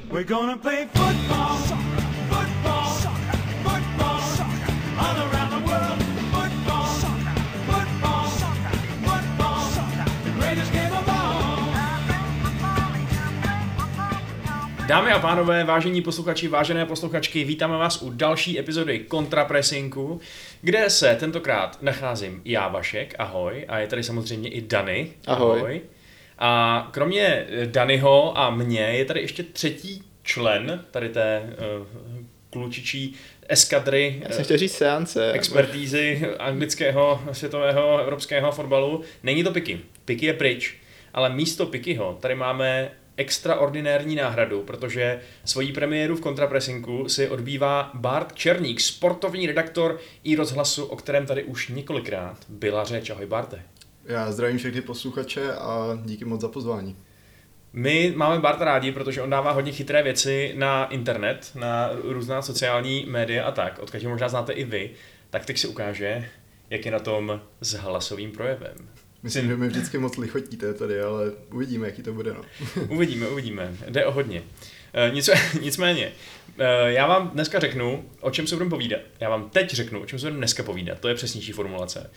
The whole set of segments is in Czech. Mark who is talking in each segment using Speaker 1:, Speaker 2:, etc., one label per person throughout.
Speaker 1: We're gonna play football, football, football, all around the world. Football, football, football, the greatest game of all.
Speaker 2: Dámy a pánové, vážení posluchači, vážené posluchačky, vítáme vás u další epizody Kontrapressingu, kde se tentokrát nacházím já, Vašek, ahoj, a je tady samozřejmě i Dany,
Speaker 3: ahoj.
Speaker 2: A kromě Danyho a mě je tady ještě třetí člen tady té klučičí eskadry.
Speaker 3: Já jsem chtěl říct seance.
Speaker 2: Expertízy anglického, světového, evropského fotbalu. Není to Piky. Piky je pryč, ale místo Pikyho tady máme extraordinární náhradu, protože svoji premiéru v Kontrapressingu si odbývá Bart Černík, sportovní redaktor iRozhlasu, o kterém tady už několikrát byla řeč. Ahoj Barte.
Speaker 4: Já zdravím všechny posluchače a díky moc za pozvání.
Speaker 2: My máme Barta rádi, protože on dává hodně chytré věci na internet, na různá sociální média a tak, odkud možná znáte i vy, tak teď si ukáže, jak je na tom s hlasovým projevem.
Speaker 4: Myslím, že mi vždycky moc lichotíte tady, ale uvidíme, jaký to bude. No.
Speaker 2: Uvidíme. Jde o hodně. Nicméně, já vám dneska řeknu, o čem se budeme povídat. Já vám teď řeknu, o čem se budeme dneska povídat. To je přesnější formulace.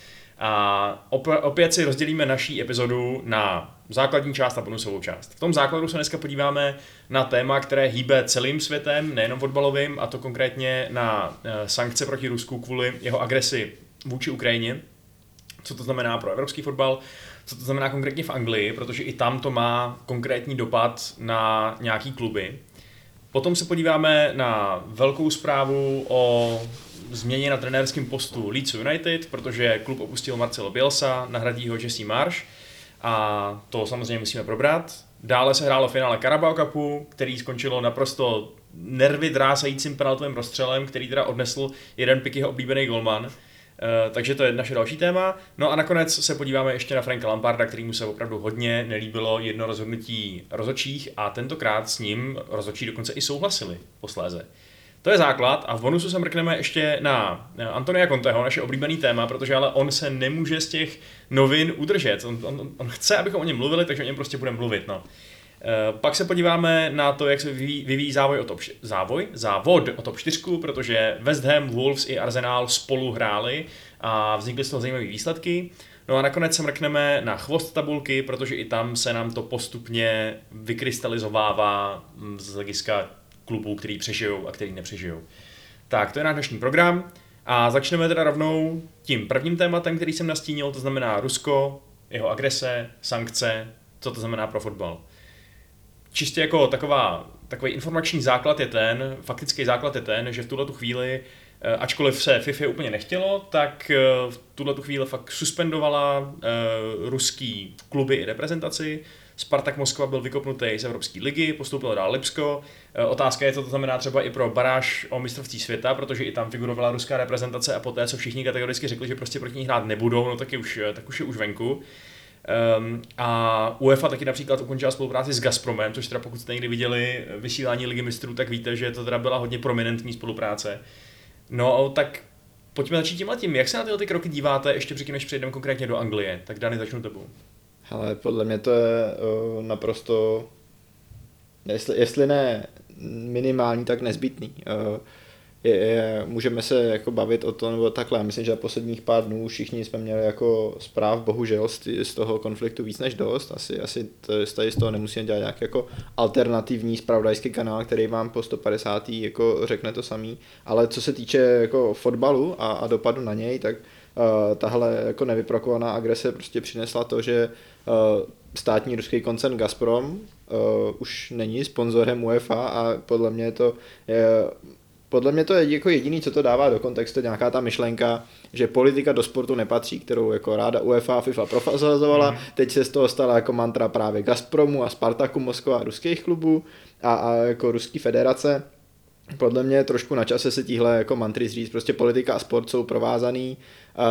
Speaker 2: A opět si rozdělíme naší epizodu na základní část a bonusovou část. V tom základu se dneska podíváme na téma, které hýbe celým světem, nejenom fotbalovým, a to konkrétně na sankce proti Rusku kvůli jeho agresi vůči Ukrajině. Co to znamená pro evropský fotbal, co to znamená konkrétně v Anglii, protože i tam to má konkrétní dopad na nějaký kluby. Potom se podíváme na velkou zprávu o změně na trenérském postu Leeds United, protože klub opustil Marcelo Bielsa, nahradí ho Jesse Marsch a to samozřejmě musíme probrat. Dále se hrálo finále Carabao Cupu, který skončilo naprosto nervy drásajícím penaltovým rozstřelem, který teda odnesl jeden Pikyho oblíbený golman. Takže to je naše další téma. No a nakonec se podíváme ještě na Franka Lamparda, kterýmu se opravdu hodně nelíbilo jedno rozhodnutí rozhodčích a tentokrát s ním rozhodčí dokonce i souhlasili posléze. To je základ a v bonusu se mrkneme ještě na Antonia Conteho, naše oblíbený téma, protože ale on se nemůže z těch novin udržet. On chce, abychom o něm mluvili, takže o něm prostě budeme mluvit. No. Pak se podíváme na to, jak se vyvíjí závod o top 4, protože West Ham, Wolves i Arsenal spolu hráli a vznikly z toho zajímavé výsledky. No a nakonec se mrkneme na chvost tabulky, protože i tam se nám to postupně vykrystalizovává z hlediska klubů, který přežijou a který nepřežijou. Tak, to je náš dnešní program a začneme teda rovnou tím prvním tématem, který jsem nastínil, to znamená Rusko, jeho agrese, sankce, co to znamená pro fotbal. Čistě jako takový informační základ je faktický základ je ten, že v tuhletu chvíli, ačkoliv se FIFA úplně nechtělo, tak v tuhletu chvíli fakt suspendovala ruský kluby i reprezentaci. Spartak Moskva byl vykopnutý z Evropské ligy, postoupilo dál Lipsko. Otázka je, co to znamená třeba i pro baráž o mistrovství světa, protože i tam figurovala ruská reprezentace a poté, co všichni kategoricky řekli, že prostě proti ní hrát nebudou, no tak už je už venku. A UEFA taky například ukončila spolupráci s Gazpromem, což teda pokud jste někdy viděli vysílání Ligy mistrů, tak víte, že to teda byla hodně prominentní spolupráce. No tak pojďme začít tímhletím. Jak se na tyhle ty kroky díváte, ještě předtím, než přejdeme konkrétně do Anglie? Tak Dany, začnu tebou.
Speaker 3: Hele, podle mě to je naprosto, jestli ne minimální, tak nezbytný. Můžeme se jako bavit o tom, nebo takhle, já myslím, že za posledních pár dnů všichni jsme měli jako zpráv, bohužel, z toho konfliktu víc než dost, asi tady z toho nemusíme dělat nějaký jako alternativní zpravodajský kanál, který vám po 150. jako řekne to samý, ale co se týče jako fotbalu a dopadu na něj, tak tahle jako nevyprokovaná agrese prostě přinesla to, že státní ruský koncern Gazprom už není sponzorem UEFA a podle mě to je jako jediný, co to dává do kontextu, nějaká ta myšlenka, že politika do sportu nepatří, kterou jako ráda UEFA a FIFA prosazovala. Teď se z toho stala jako mantra právě Gazpromu a Spartaku Moskva a ruských klubů a jako ruský federace. Podle mě trošku na čase se tíhle jako mantry zříct, prostě politika a sport jsou provázaný.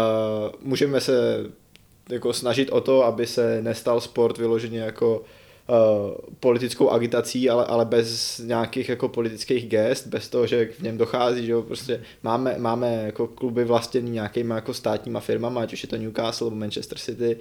Speaker 3: Můžeme se jako snažit o to, aby se nestal sport vyloženě jako politickou agitací, ale bez nějakých jako politických gest, bez toho, že v něm dochází, že jo, prostě máme jako kluby vlastněný nějakýma jako státníma firmama, ať už je to Newcastle nebo Manchester City,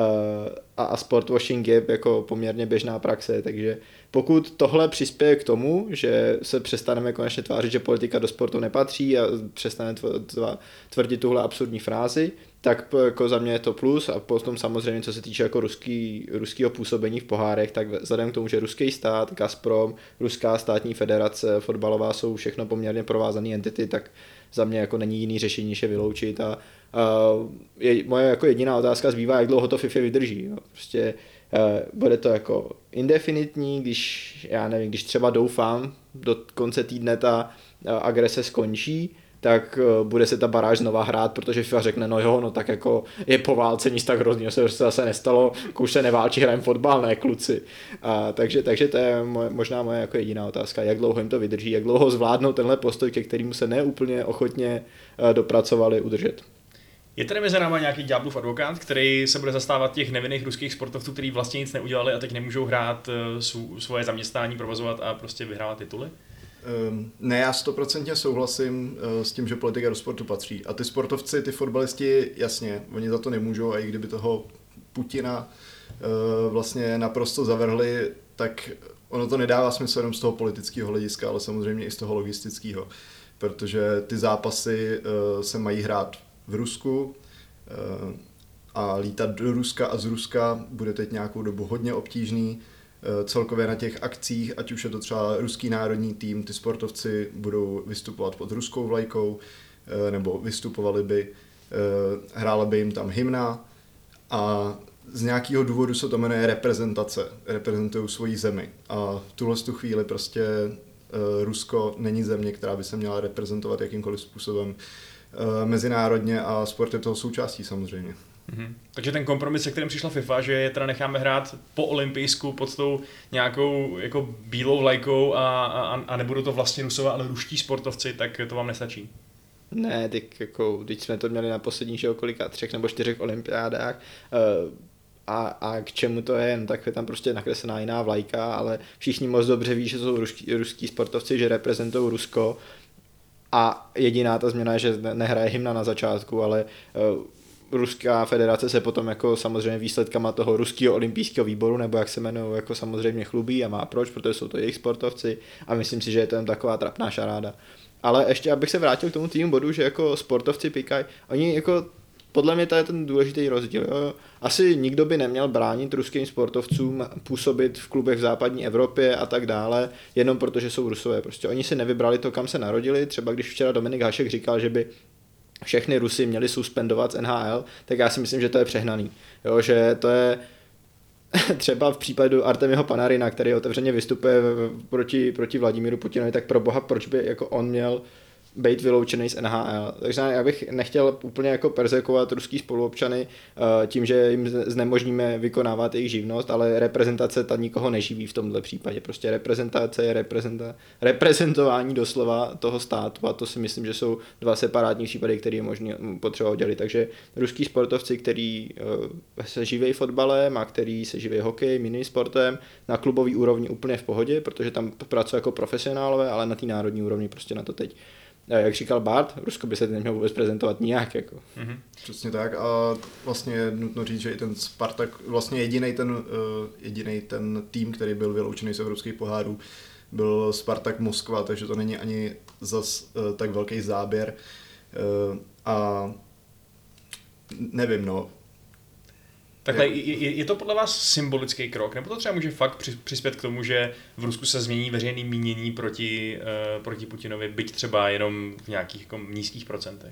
Speaker 3: a sportwashing je jako poměrně běžná praxe, takže pokud tohle přispěje k tomu, že se přestaneme konečně tvářit, že politika do sportu nepatří a přestane tvrdit tuhle absurdní frázi, tak jako za mě je to plus a potom samozřejmě, co se týče jako ruského působení v pohárech, tak vzhledem k tomu, že ruský stát, Gazprom, ruská státní federace, fotbalová jsou všechno poměrně provázané entity, tak za mě jako není jiný řešení, než je vyloučit a moje jako jediná otázka zbývá, jak dlouho to FIFA vydrží. Jo. Prostě bude to jako indefinitní, když třeba doufám, do konce týdne ta agrese skončí, tak bude se ta baráž znova hrát, protože FIFA řekne, no jo, no tak jako je po válce, nic tak hroznýho se zase nestalo, už se neválčí, hrajeme fotbal, ne kluci. Takže to je možná moje jako jediná otázka, jak dlouho jim to vydrží, jak dlouho zvládnou tenhle postoj, ke kterému se neúplně ochotně dopracovali udržet.
Speaker 2: Je tady mezi náma nějaký ďáblův advokát, který se bude zastávat těch nevinných ruských sportovců, kteří vlastně nic neudělali a teď nemůžou hrát svoje zaměstnání, provozovat a prostě vyhrávat tituly?
Speaker 4: Ne, já 100% souhlasím s tím, že politika do sportu patří. A ty sportovci, ty fotbalisti, jasně, oni za to nemůžou a i kdyby toho Putina vlastně naprosto zavrhli, tak ono to nedává smysl jenom z toho politického hlediska, ale samozřejmě i z toho logistického. Protože ty zápasy se mají hrát v Rusku a lítat do Ruska a z Ruska bude teď nějakou dobu hodně obtížný. Celkově na těch akcích, ať už je to třeba ruský národní tým, ty sportovci budou vystupovat pod ruskou vlajkou, nebo vystupovali by, hrála by jim tam hymna a z nějakého důvodu se to jmenuje reprezentace, reprezentují svoji zemi a v tuhle chvíli prostě Rusko není země, která by se měla reprezentovat jakýmkoliv způsobem mezinárodně a sport je toho součástí samozřejmě.
Speaker 2: Takže ten kompromis, se kterým přišla FIFA, že je teda necháme hrát po olympijsku pod tou nějakou jako bílou vlajkou a nebudou to vlastně Rusové, ale ruští sportovci, tak to vám nestačí?
Speaker 3: Ne, teď jsme to měli na posledních 3 nebo 4 olympiádách a k čemu to je, no tak je tam prostě nakreslená jiná vlajka, ale všichni moc dobře ví, že jsou ruský sportovci, že reprezentují Rusko a jediná ta změna je, že nehraje hymna na začátku, ale Ruská federace se potom jako samozřejmě výsledkama toho ruského olympijského výboru, nebo jak se jmenují, jako samozřejmě chlubí a má proč, protože jsou to jejich sportovci a myslím si, že je to jen taková trapná šaráda. Ale ještě abych se vrátil k tomu týmu bodu, že jako sportovci pikají, oni jako podle mě to je ten důležitý rozdíl. Jo. Asi nikdo by neměl bránit ruským sportovcům působit v klubech v západní Evropě a tak dále, jenom protože jsou Rusové. Prostě oni si nevybrali to, kam se narodili. Třeba když včera Dominik Hašek říkal, že by všechny Rusy měli suspendovat z NHL, tak já si myslím, že to je přehnaný. Jo, že to je třeba v případu Artemiho Panarina, který otevřeně vystupuje proti Vladimíru Putinovi, tak pro boha, proč by jako on měl být vyloučený z NHL. Takže já bych nechtěl úplně jako perzekovat ruský spoluobčany tím, že jim znemožníme vykonávat jejich živnost, ale reprezentace ta nikoho neživí v tomhle případě. Prostě reprezentace je reprezentování doslova toho státu a to si myslím, že jsou dva separátní případy, které je možné potřeba oddělit. Takže ruský sportovci, který se živí fotbalem a který se živí hokejem, jiným sportem, na klubový úrovni úplně v pohodě, protože tam pracují jako profesionálové, ale na té národní úrovni prostě na to teď. Jak říkal Bart, Rusko by se nemělo vůbec prezentovat nijak. Jako.
Speaker 4: Přesně tak a vlastně je nutno říct, že i ten Spartak, vlastně jedinej ten tým, který byl vyloučený z evropských pohárů, byl Spartak Moskva, takže to není ani zas tak velký záběr. A nevím, no.
Speaker 2: Takhle, je to podle vás symbolický krok, nebo to třeba může fakt přispět k tomu, že v Rusku se změní veřejné mínění proti Putinovi, byť třeba jenom v nějakých jako nízkých procentech?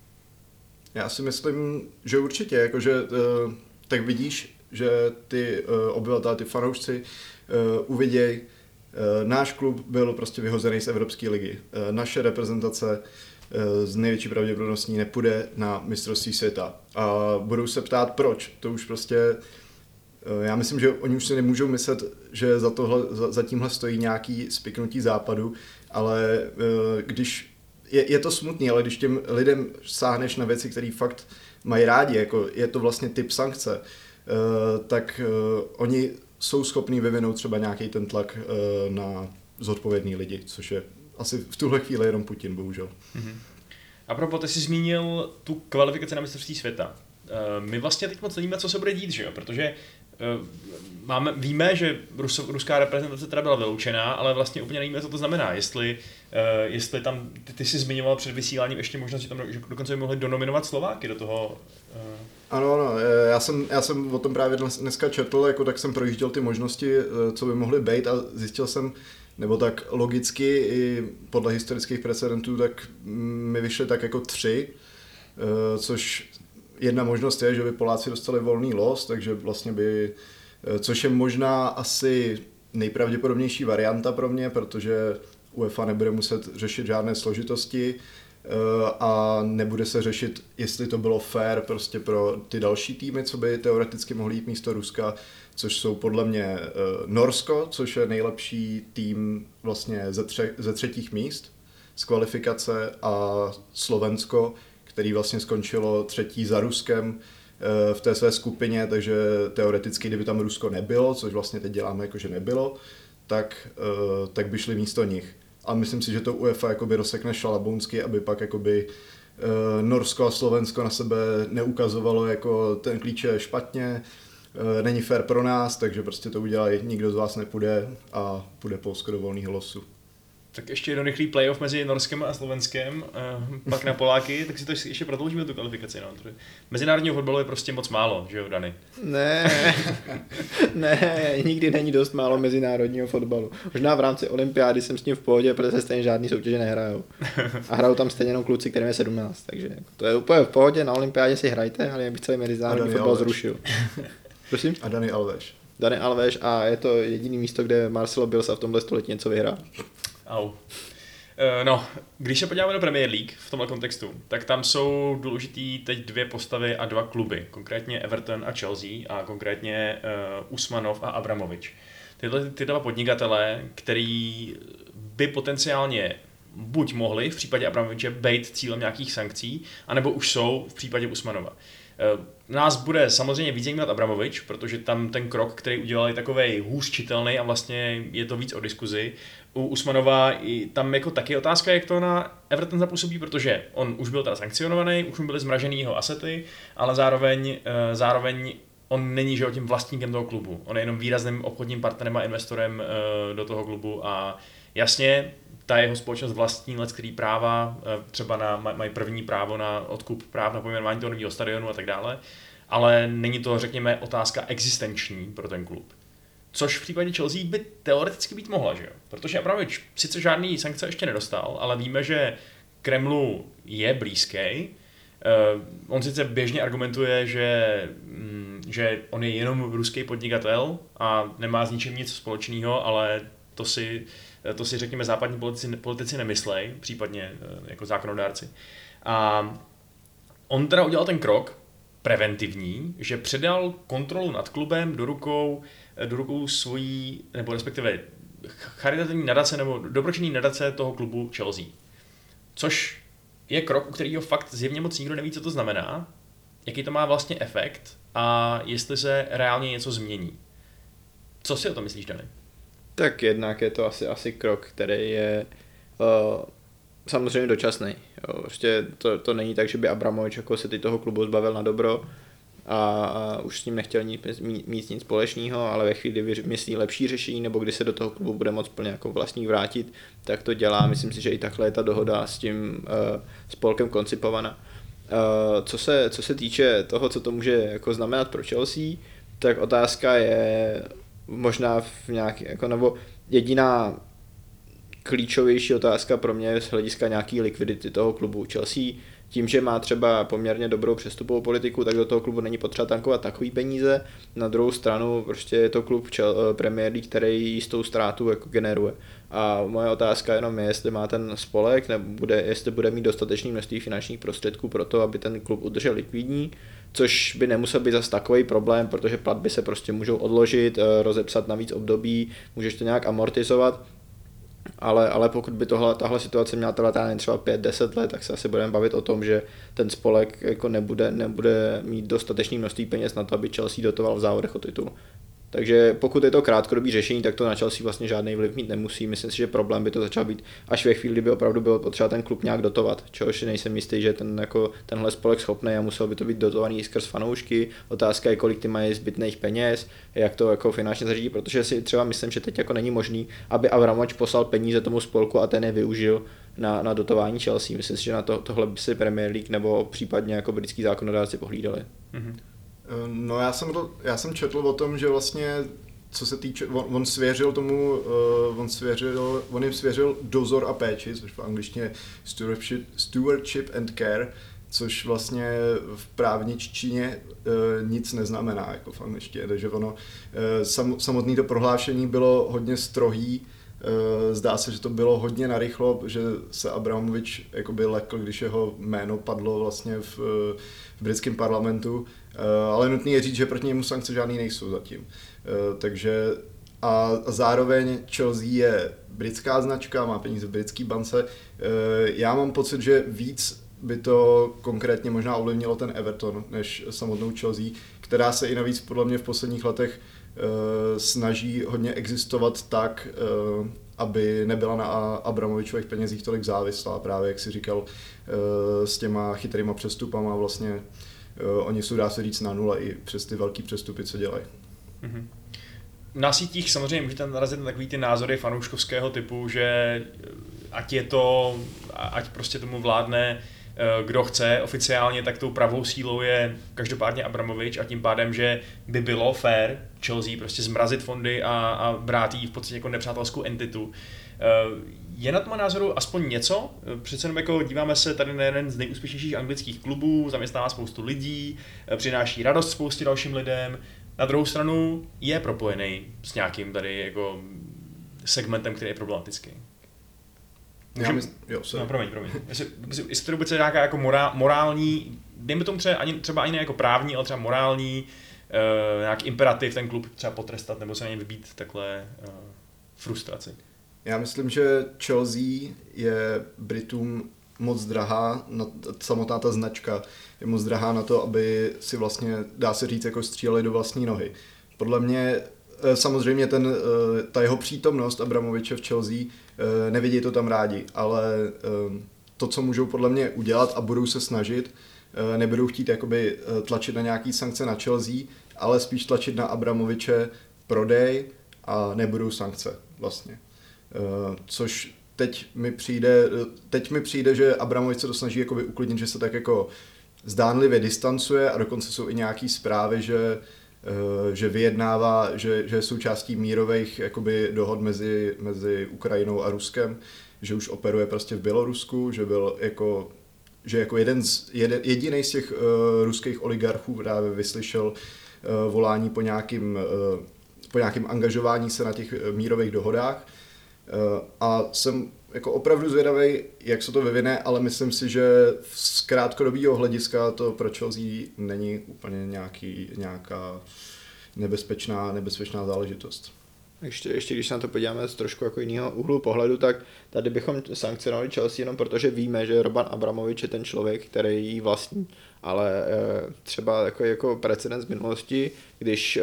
Speaker 4: Já si myslím, že určitě, jakože tak vidíš, že ty obyvatelé, ty fanoušci uvidějí, náš klub byl prostě vyhozený z Evropské ligy. Naše reprezentace z největší pravděpodobností nepůjde na mistrovství světa. A budou se ptát, proč. To už prostě, já myslím, že oni už si nemůžou myslet, že za tímhle stojí nějaký spiknutí západu, ale když je to smutný, ale když těm lidem sáhneš na věci, které fakt mají rádi, jako je to vlastně typ sankce, tak oni jsou schopní vyvinout třeba nějaký ten tlak na zodpovědný lidi, což je asi v tuhle chvíli jenom Putin, bohužel.
Speaker 2: A proto ty jsi zmínil tu kvalifikaci na mistrovství světa. My vlastně teď moc nevíme, co se bude dít, že jo? Protože víme, že ruská reprezentace teda byla vyloučená, ale vlastně úplně nevíme, co to znamená. Jestli tam, ty jsi zmiňoval před vysíláním ještě možnost, že dokonce by mohli donominovat Slováky do toho.
Speaker 4: Ano, já jsem o tom právě dneska četl, jako tak jsem projížděl ty možnosti, co by mohly být a zjistil jsem, nebo tak logicky i podle historických precedentů, tak mi vyšly tak jako 3, což jedna možnost je, že by Poláci dostali volný los, takže vlastně by, což je možná asi nejpravděpodobnější varianta pro mě, protože UEFA nebude muset řešit žádné složitosti a nebude se řešit, jestli to bylo fair prostě pro ty další týmy, co by teoreticky mohly jít místo Ruska, což jsou podle mě Norsko, což je nejlepší tým vlastně ze 3. míst z kvalifikace, a Slovensko, který vlastně skončilo 3. za Ruskem v té své skupině, takže teoreticky, kdyby tam Rusko nebylo, což vlastně teď děláme jako, že nebylo, tak by šli místo nich. A myslím si, že to UEFA jakoby rozsekne šalabounsky, aby pak jakoby Norsko a Slovensko na sebe neukazovalo jako ten klíč je špatně, není fair pro nás, takže prostě to udělají, nikdo z vás nepůjde a půjde Polsko do volného losu.
Speaker 2: Tak ještě jedno rychlý playoff mezi Norskem a Slovenskem, pak na Poláky, tak si to ještě prodloužíme tu kvalifikaci. No. Mezinárodního fotbalu je prostě moc málo, že jo, Dani?
Speaker 3: Ne, nikdy není dost málo mezinárodního fotbalu. Možná v rámci olympiády jsem s tím v pohodě, protože se stejně žádný soutěže nehrajou. A hrajou tam stejně jenom kluci, kterým je 17, takže to je úplně v pohodě, na olympiádě si hrajte, ale já bych celý mezinárodní fotbal zrušil. Prosím?
Speaker 4: A Dani Alves.
Speaker 3: Dani Alves a je to jediný místo, kde Marcelo Bielsa v tomhle století něco vyhrál.
Speaker 2: Au. No, když se podíváme do Premier League v tomhle kontextu, tak tam jsou důležitý teď 2 postavy a 2 kluby, konkrétně Everton a Chelsea a konkrétně Usmanov a Abramovič. Ty 2 podnikatelé, který by potenciálně buď mohli v případě Abramoviče být cílem nějakých sankcí, anebo už jsou v případě Usmanova. Nás bude samozřejmě víc zajímat Abramovič, protože tam ten krok, který udělal, je takovej hůř čitelný a vlastně je to víc o diskuzi. U Usmanova tam jako taky otázka, jak to na Everton zapůsobí, protože on už byl teda sankcionovaný, už mu byly zmražený jeho asety, ale zároveň on není, že tím vlastníkem toho klubu. On je jenom výrazným obchodním partnerem a investorem do toho klubu a jasně, ta jeho společnost vlastní leckterý práva, třeba mají první právo na odkup práv na pojmenování toho nového stadionu a tak dále, ale není to, řekněme, otázka existenční pro ten klub. Což v případě Chelsea by teoreticky být mohla, že jo? Protože Abramovič sice žádný sankce ještě nedostal, ale víme, že Kremlu je blízký. On sice běžně argumentuje, že on je jenom ruský podnikatel a nemá s ničím nic společného, ale to si řekněme západní politici nemyslej, případně jako zákonodárci. A on teda udělal ten krok preventivní, že předal kontrolu nad klubem do rukou svojí, nebo respektive charitativní nadace nebo dobročinný nadace toho klubu Chelsea. Což je krok, u kterého fakt zjevně moc nikdo neví, co to znamená, jaký to má vlastně efekt a jestli se reálně něco změní. Co si o tom myslíš, Dani?
Speaker 3: Tak jednak je to asi krok, který je samozřejmě dočasný. Prostě to není tak, že by Abramovič jako se toho klubu zbavil na dobro a už s ním nechtěl mít nic společného, ale ve chvíli, kdy myslí lepší řešení nebo kdy se do toho klubu bude moct plně jako vlastník vrátit, tak to dělá. Myslím si, že i takhle je ta dohoda s tím spolkem koncipovaná. Co se týče toho, co to může jako znamenat pro Chelsea, tak otázka je možná v nějaký, jako, nebo jediná klíčovější otázka pro mě z hlediska nějaký likvidity toho klubu Chelsea. Tím, že má třeba poměrně dobrou přestupovou politiku, tak do toho klubu není potřeba tankovat takový peníze. Na druhou stranu prostě je to klub Premier League, který jistou ztrátu jako generuje. A moje otázka jenom je, jestli má ten spolek, jestli bude mít dostatečné množství finančních prostředků pro to, aby ten klub udržel likvidní, což by nemusel být zase takový problém, protože platby se prostě můžou odložit, rozepsat na víc období, můžeš to nějak amortizovat. Ale pokud by tahle situace měla trvat třeba 5-10 let, tak se asi budeme bavit o tom, že ten spolek jako nebude mít dostatečné množství peněz na to, aby Chelsea dotoval v závodech o titul. Takže pokud je to krátkodobý řešení, tak to na Chelsea vlastně žádný vliv mít nemusí. Myslím si, že problém by to začal být až ve chvíli, kdyby opravdu bylo potřeba ten klub nějak dotovat, čehož nejsem jistý, že tenhle spolek schopný a musel by to být dotovaný i skrz fanoušky. Otázka je, kolik ty mají zbytných peněz, jak to jako finančně zařídí, protože si třeba myslím, že teď jako není možný, aby Abramovich poslal peníze tomu spolku a ten je využil na dotování Chelsea. Myslím si, že na tohle by si Premier League nebo případně jako britský zákonodárci pohlídali.
Speaker 2: Mhm.
Speaker 4: No já jsem četl o tom, že vlastně co se týče, on svěřil tomu, on jim svěřil dozor a péči, což v angličtině stewardship and care, což vlastně v právničtině nic neznamená jako v angličtině, takže ono samotné to prohlášení bylo hodně strohý. Zdá se, že to bylo hodně narychlo, že se Abramovich jakoby lekl, když jeho jméno padlo vlastně v britském parlamentu, ale nutný je říct, že proti němu sankce žádný nejsou zatím. Takže a zároveň Chelsea je britská značka, má peníze v britské bance. Já mám pocit, že víc by to konkrétně možná ovlivnilo ten Everton než samotnou Chelsea, která se i navíc podle mě v posledních letech snaží hodně existovat tak, aby nebyla na Abramovichových penězích tolik závislá, právě jak si říkal, s těma chytrýma přestupama vlastně oni jsou, dá se říct, na nule i přes ty velký přestupy, co dělají.
Speaker 2: Mm-hmm. Na sítích samozřejmě můžete narazit na takový ty názory fanouškovského typu, že ať prostě tomu vládne kdo chce oficiálně, tak tou pravou sílou je každopádně Abramovich a tím pádem, že by bylo fair Chelsea prostě zmrazit fondy a brát jí v podstatě jako nepřátelskou entitu. Je na tom názoru aspoň něco? Přece jenom jako díváme se tady na jeden z nejúspěšnějších anglických klubů, zaměstnává spoustu lidí, přináší radost spoustě dalším lidem. Na druhou stranu je propojený s nějakým tady jako segmentem, který je problematický. Promiň. Jestli to bude nějaká jako morální, dejme tomu třeba ani ne jako právní, ale třeba morální nějaký imperativ ten klub třeba potrestat nebo se na něj vybít takhle frustraci.
Speaker 4: Já myslím, že Chelsea je Britům moc drahá, samotná ta značka je moc drahá na to, aby si vlastně, dá se říct, jako stříleli do vlastní nohy. Podle mě samozřejmě ta jeho přítomnost Abramoviče v Chelsea, nevidí to tam rádi, ale to, co můžou podle mě udělat a budou se snažit, nebudou chtít jakoby tlačit na nějaký sankce na Chelsea, ale spíš tlačit na Abramoviče prodej a nebudou sankce vlastně. Což teď mi přijde, že Abramovič se to snaží jakoby uklidnit, že se tak jako zdánlivě distancuje a dokonce jsou i nějaký zprávy, že vyjednává, že je součástí mírových jakoby dohod mezi Ukrajinou a Ruskem, že už operuje prostě v Bělorusku, že byl jako jediný z těch ruských oligarchů právě vyslyšel volání po nějakým angažování se na těch mírových dohodách. A jsem jako opravdu zvědavý, jak se to vyvine, ale myslím si, že z krátkodobého hlediska to pro Chelsea není úplně nějaká nebezpečná záležitost.
Speaker 3: Ještě když se na to podíváme z trošku jako jiného úhlu pohledu, tak tady bychom sankcionovali Chelsea jenom protože víme, že Roman Abramovich je ten člověk, který jí vlastní. Ale třeba jako precedens z minulosti, když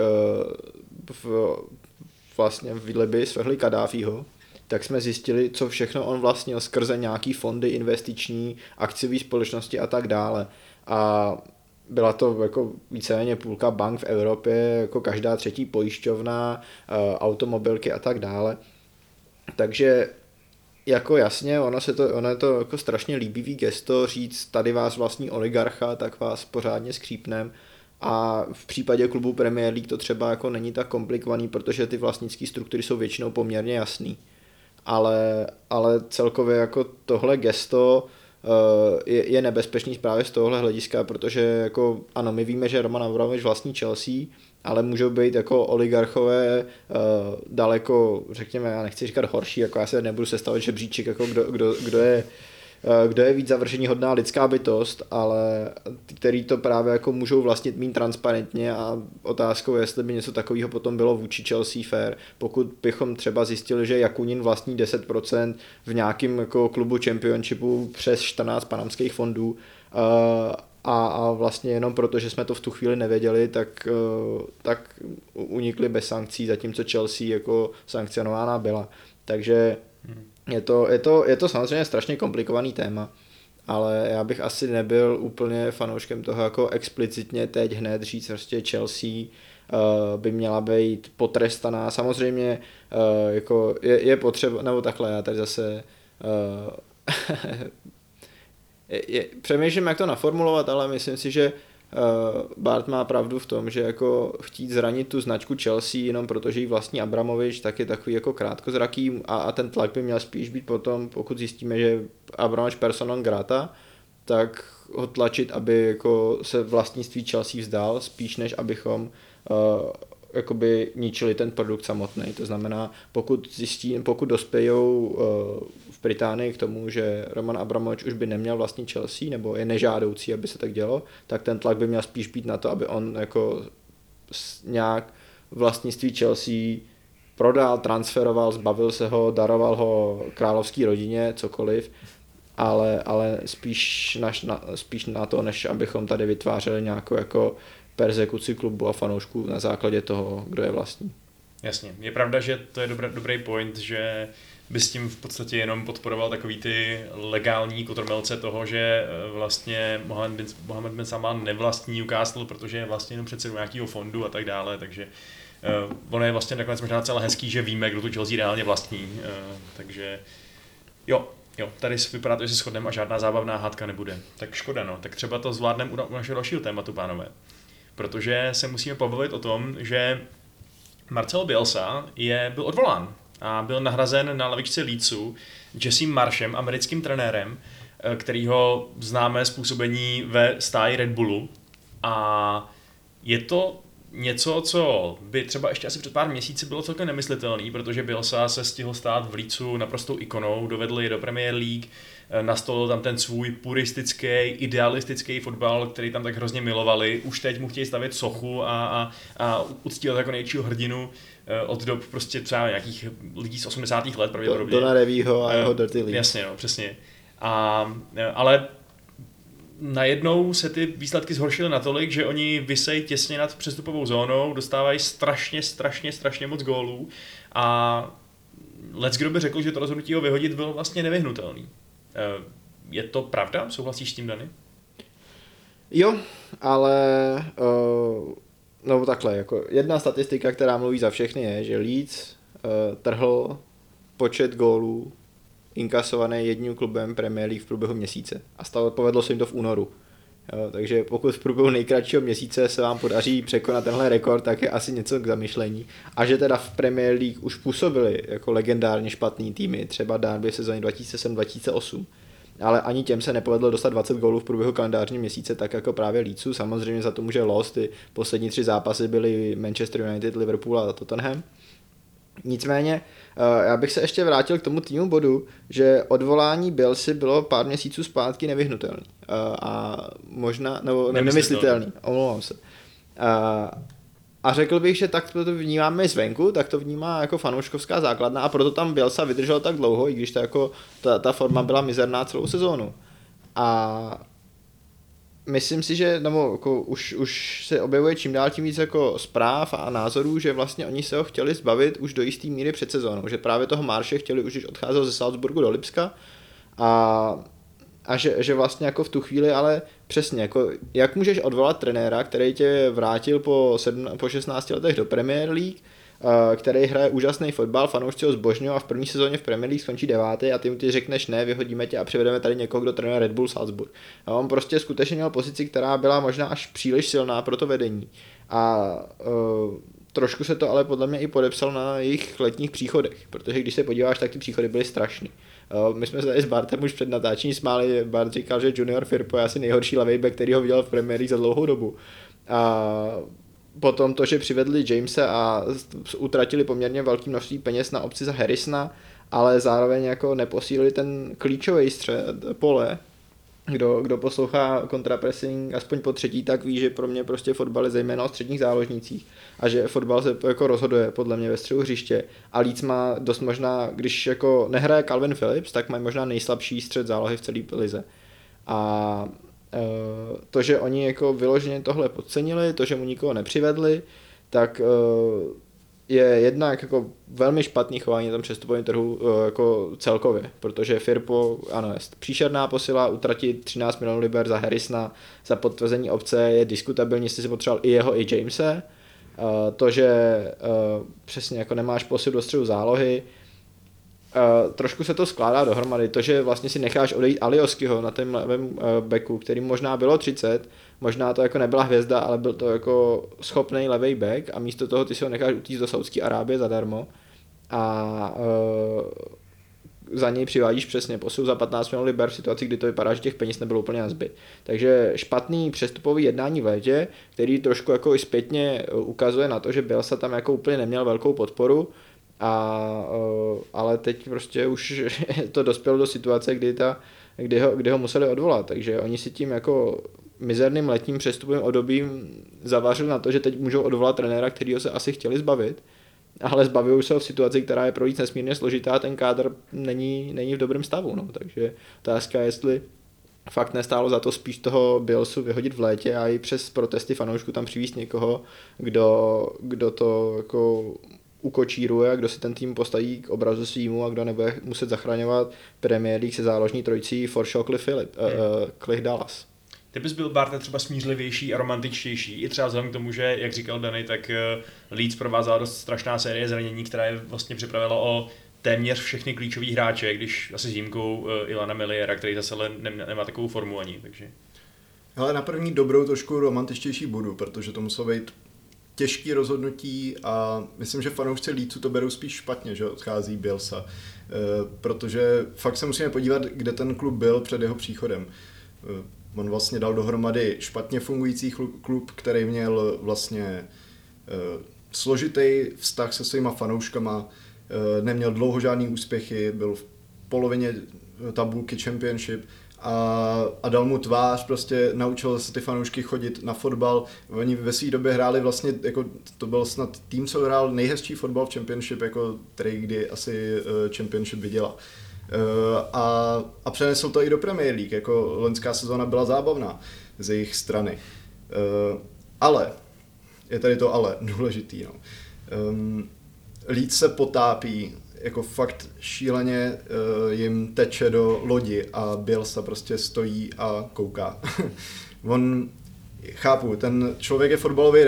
Speaker 3: vlastně v Libii svrhli Kaddáfího, tak jsme zjistili, co všechno on vlastnil skrze nějaký fondy investiční, akciové společnosti a tak dále. A byla to jako víceméně půlka bank v Evropě, jako každá třetí pojišťovna, automobilky a tak dále. Takže jako jasně, ono je to jako strašně líbivý gesto říct, tady vás vlastní oligarcha, tak vás pořádně skřípnem. A v případě klubu Premier League to třeba jako není tak komplikovaný, protože ty vlastnické struktury jsou většinou poměrně jasný. Ale celkově jako tohle gesto je nebezpečný právě z tohohle hlediska, protože jako ano, my víme, že Roman Abramovich vlastní Chelsea, ale můžou být jako oligarchové daleko, řekněme, já nechci říkat horší, jako já se nebudu sestavit žebříček, jako kdo je víc zavržení hodná lidská bytost, ale který to právě jako můžou vlastnit mít transparentně a otázkou je, jestli by něco takového potom bylo vůči Chelsea fair. Pokud bychom třeba zjistili, že Jakunin vlastní 10% v nějakém jako klubu championshipu přes 14 panamských fondů a vlastně jenom proto, že jsme to v tu chvíli nevěděli, tak unikli bez sankcí, zatímco Chelsea jako sankcionována byla. Takže je to samozřejmě strašně komplikovaný téma, ale já bych asi nebyl úplně fanouškem toho jako explicitně teď hned říct prostě Chelsea by měla být potrestaná. Samozřejmě jako je potřeba, nebo takhle, já tady zase přemýšlím, jak to naformulovat, ale myslím si, že Bart má pravdu v tom, že jako chtít zranit tu značku Chelsea jenom protože jí vlastní Abramovič, tak je takový jako krátkozraký a ten tlak by měl spíš být potom, pokud zjistíme, že Abramovič persona non grata, tak ho tlačit, aby jako se vlastnictví Chelsea vzdal, spíš než abychom jakoby ničili ten produkt samotný. To znamená, pokud dospějou v Británii k tomu, že Roman Abramovič už by neměl vlastnit Chelsea, nebo je nežádoucí, aby se tak dělo, tak ten tlak by měl spíš být na to, aby on jako nějak vlastnictví Chelsea prodal, transferoval, zbavil se ho, daroval ho královské rodině, cokoliv, ale spíš na to, než abychom tady vytvářeli nějakou jako perzekuci klubu a fanoušků na základě toho, kdo je vlastní.
Speaker 2: Jasně, je pravda, že to je dobrý point, že by s tím v podstatě jenom podporoval takový ty legální kotrmelce toho, že vlastně Mohamed bin Salman nevlastní Newcastle, protože je vlastně jenom předsedou nějakého fondu a tak dále, takže ono je vlastně nakonec možná celé hezký, že víme, kdo tu Chelsea reálně vlastní, takže jo, tady vypadá to, že se shodneme a žádná zábavná hádka nebude. Tak škoda, no, tak třeba to zvládneme u našeho dalšího tématu, pánové. Protože se musíme pobavit o tom, že Marcel Bielsa byl odvolán a byl nahrazen na lavičce Leedsu Jessem Marshem, americkým trenérem, kterýho známe z působení ve stáji Red Bullu. A je to něco, co by třeba ještě asi před pár měsíci bylo celkem nemyslitelný, protože Bielsa se stihl stát v Leedsu naprostou ikonou, dovedl je do Premier League, nastolil tam ten svůj puristický, idealistický fotbal, který tam tak hrozně milovali. Už teď mu chtějí stavět sochu a uctívat jako největšího hrdinu od dob prostě třeba nějakých lidí z 80. let pravděpodobně.
Speaker 3: Dona Revího a jeho Dirty League.
Speaker 2: Jasně, no, přesně. Ale najednou se ty výsledky zhoršily natolik, že oni visejí těsně nad přestupovou zónou, dostávají strašně moc gólů a leckdo by řekl, že to rozhodnutí ho vyhodit bylo vlastně nevyhnutelný. Je to pravda? Souhlasíš s tím, Dany?
Speaker 3: Jo, ale no takhle, jako jedna statistika, která mluví za všechny je, že Leeds trhl počet gólů inkasovaný jedním klubem Premier League v průběhu měsíce a povedlo se jim to v únoru. Jo, takže pokud v průběhu nejkratšího měsíce se vám podaří překonat tenhle rekord, tak je asi něco k zamyšlení. A že teda v Premier League už působili jako legendárně špatný týmy, třeba Derby v sezóně 2007-2008, ale ani těm se nepovedlo dostat 20 gólů v průběhu kalendářního měsíce, tak jako právě Leedsu. Samozřejmě za to může lost, ty poslední 3 zápasy byly Manchester United, Liverpool a Tottenham. Nicméně, já bych se ještě vrátil k tomu týmu bodu, že odvolání Bielsy bylo pár měsíců zpátky nevyhnutelný. A možná, nebo nemyslitelný, omlouvám se. A řekl bych, že tak to vnímáme zvenku, tak to vnímá jako fanouškovská základna a proto tam Bielsa vydržel tak dlouho, i když ta forma byla mizerná celou sezónu. A myslím si, že jako už se objevuje čím dál tím víc jako zpráv a názorů, že vlastně oni se ho chtěli zbavit už do jisté míry před sezónou, že právě toho Marshe chtěli už, když odcházel ze Salzburgu do Lipska a že vlastně jako v tu chvíli, ale přesně, jako jak můžeš odvolat trenéra, který tě vrátil po 16 letech do Premier League, který hraje úžasný fotbal, fanoušci ho zbožňují a v první sezóně v Premier League skončí 9. a ty mu ty řekneš ne, vyhodíme tě a přivedeme tady někoho, kdo trénuje Red Bull Salzburg. A on prostě skutečně měl pozici, která byla možná až příliš silná pro to vedení. A trošku se to ale podle mě i podepsal na jejich letních příchodech, protože když se podíváš, tak ty příchody byly strašný. My jsme se tady s Bartem už před natáčením smáli, Bart říkal, že Junior Firpo je asi nejhorší levej back, který ho viděl v Premier League za dlouhou dobu. A potom to, že přivedli Jamesa a utratili poměrně velké množství peněz na opci za Harrisona, ale zároveň jako neposílili ten klíčový střed pole. Kdo poslouchá kontrapressing aspoň po třetí, tak ví, že pro mě prostě fotbal je zejména o středních záložnících a že fotbal se jako rozhoduje podle mě ve středu hřiště a Leeds má dost možná, když jako nehraje Calvin Phillips, tak mají možná nejslabší střed zálohy v celé lize. A to, že oni jako vyloženě tohle podcenili, to, že mu nikoho nepřivedli, tak je jednak jako velmi špatný chování na tom přestupovém trhu jako celkově, protože Firpo, ano, je příšerná posila, utratit 13 milionů liber za Harrisona, za potvrzení opce je diskutabilní, jestli si potřeboval i jeho, i Jamese. To, že přesně jako nemáš posilu do středu zálohy, trošku se to skládá dohromady. To, že vlastně si necháš odejít Alioskiho na tom levém backu, který možná bylo 30, možná to jako nebyla hvězda, ale byl to jako schopný levý back a místo toho ty si ho necháš utíct do Saudské Arábie zadarmo a za něj přivádíš přesně posilu za 15 milionů liber v situaci, kdy to vypadá, že těch peněz nebylo úplně nazbyt. Takže špatný přestupový jednání v létě, který trošku jako i zpětně ukazuje na to, že Bielsa tam jako úplně neměl velkou podporu, ale teď prostě už to dospělo do situace, kdy ho museli odvolat, takže oni si tím jako mizerným letním přestupovým obdobím zavařili na to, že teď můžou odvolat trenéra, kterýho se asi chtěli zbavit, ale zbavují se ho v situaci, která je pro víc nesmírně složitá a ten kádr není v dobrém stavu, no. Takže otázka je, jestli fakt nestálo za to spíš toho Bielsu vyhodit v létě a i přes protesty fanoušků tam přivízt někoho, kdo to jako ukočíruje a kdo si ten tým postaví k obrazu svýmu a kdo nebude muset zachraňovat Premier League se záložní trojicí Forshaw, Clich Dallas.
Speaker 2: Ty bys byl, Barte, třeba smířlivější a romantičtější, i třeba vzhledem k tomu, že, jak říkal Danny, tak Leeds provázela dost strašná série zranění, která je vlastně připravila o téměř všechny klíčový hráče, když asi s výjimkou Ilana Milliera, který zase nemá takovou formu ani, takže...
Speaker 4: Ale na první dobrou trošku romantičtější budu, protože to muselo být těžký rozhodnutí a myslím, že fanoušci Leedsu to berou spíš špatně, že odchází Bielsa, protože fakt se musíme podívat, kde ten klub byl před jeho příchodem. On vlastně dal dohromady špatně fungující klub, který měl vlastně složitý vztah se svýma fanouškama, neměl dlouho žádný úspěchy, byl v polovině tabulky Championship a dal mu tvář, prostě naučil zase ty fanoušky chodit na fotbal. Oni ve své době hráli vlastně, jako to byl snad tým, co hrál nejhezčí fotbal v Championship, jako který kdy asi Championship viděla. A přenesl to i do Premier League, jako loňská sezóna byla zábavná z jejich strany. Ale, je tady to ale důležitý, no. Leeds se potápí, jako fakt šíleně jim teče do lodi a Bielsa prostě stojí a kouká. On, chápu, ten člověk je fotbalový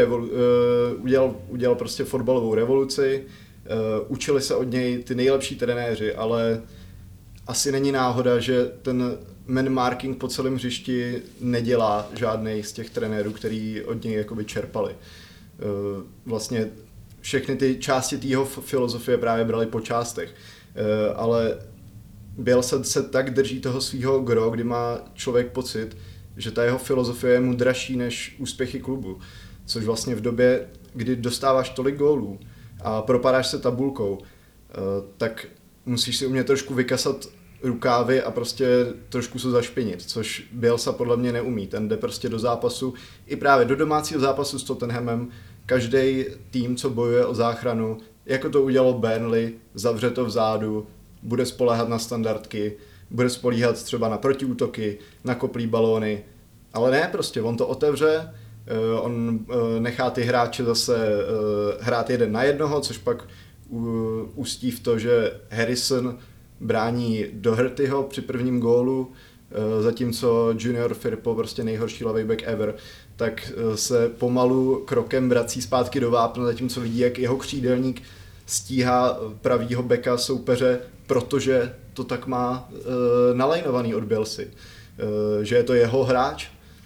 Speaker 4: udělal prostě fotbalovou revoluci, učili se od něj ty nejlepší trenéři, ale asi není náhoda, že ten man marking po celém hřišti nedělá žádnej z těch trenérů, který od něj jakoby čerpali. Vlastně všechny ty části tého filozofie právě brali po částech, ale Bielsa se tak drží toho svýho gro, kdy má člověk pocit, že ta jeho filozofie je mu dražší než úspěchy klubu, což vlastně v době, kdy dostáváš tolik gólů a propadáš se tabulkou, tak musíš si umět trošku vykasat rukávy a prostě trošku se zašpinit, což Bielsa podle mě neumí. Ten jde prostě do zápasu, i právě do domácího zápasu s Tottenhamem, každý tým, co bojuje o záchranu, jako to udělalo Burnley, zavře to vzadu, bude spoléhat na standardky, bude spolíhat třeba na protiútoky, na koplý balóny, ale ne, prostě on to otevře, on nechá ty hráče zase hrát jeden na jednoho, což pak ústí v to, že Harrison brání Dohertyho při prvním gólu, zatímco Junior Firpo, prostě nejhorší levý back ever, tak se pomalu krokem vrací zpátky do vápna, zatímco vidí, jak jeho křídelník stíhá pravýho backa soupeře, protože to tak má nalajnovaný od Bielsy, že je to jeho hráč,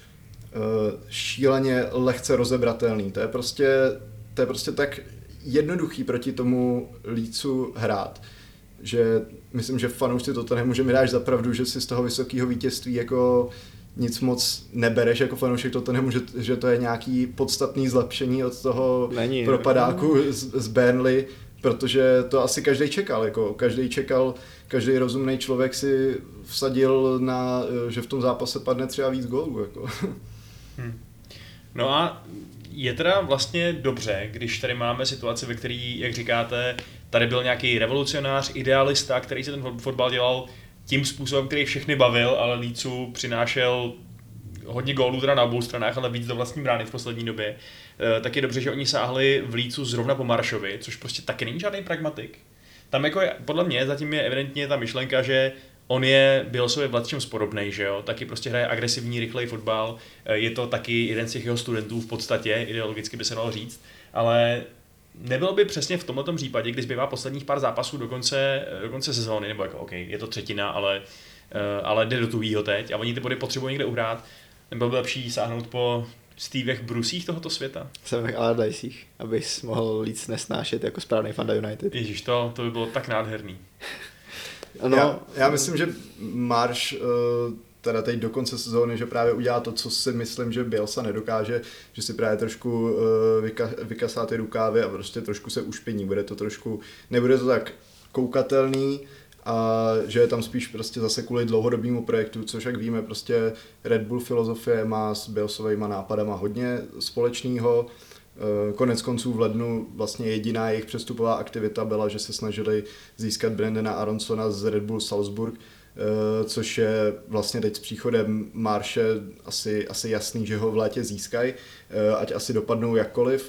Speaker 4: šíleně lehce rozebratelný. To je prostě tak jednoduchý proti tomu Leedsu hrát, že myslím, že fanoušci to nemůže mi dát za pravdu, že si z toho vysokého vítězství jako nic moc nebereš jako fanoušek, to nemůže, že to je nějaký podstatný zlepšení od toho propadáku z Burnley, protože to asi každý čekal, jako každý rozumný člověk si vsadil na, že v tom zápase padne třeba víc gólů, jako.
Speaker 2: No a je teda vlastně dobře, když tady máme situaci, ve které, jak říkáte, tady byl nějaký revolucionář, idealista, který si ten fotbal dělal tím způsobem, který všechny bavil, ale Leedsu přinášel hodně gólů teda na obou stranách, ale víc do vlastní brány v poslední době, tak je dobře, že oni sáhli v Lícu zrovna po Maršovi, což prostě taky není žádný pragmatik. Tam jako podle mě zatím je evidentně ta myšlenka, že on je Bielsovi v čemž podobnej, že jo, taky prostě hraje agresivní, rychlej fotbal, je to taky jeden z těch jeho studentů v podstatě, ideologicky by se dalo říct, ale nebylo by přesně v tomto případě, kdy zbývá posledních pár zápasů do konce sezóny, nebo jako OK, je to třetina, ale jde do tuhýho teď a oni ty body potřebují někde uhrát, nebo by lepší sáhnout po Stevech Brusích tohoto světa?
Speaker 3: Samých Allardycích, abys mohl víc nesnášet jako správný fanda United.
Speaker 2: Ježíš, to by bylo tak nádherný.
Speaker 3: No,
Speaker 4: já myslím, že Marš teda teď do konce sezóny, že právě udělá to, co si myslím, že Bielsa nedokáže, že si právě trošku vykasá ty rukávy a prostě trošku se ušpiní, nebude to tak koukatelný a že je tam spíš prostě zase kvůli dlouhodobému projektu, což jak víme, prostě Red Bull filozofie má s Bielsovejma nápadama hodně společného. Konec konců v lednu vlastně jediná jejich přestupová aktivita byla, že se snažili získat Brandona Aronsona z Red Bull Salzburg, což je vlastně teď s příchodem Marše asi jasný, že ho v létě získají, ať asi dopadnou jakkoliv.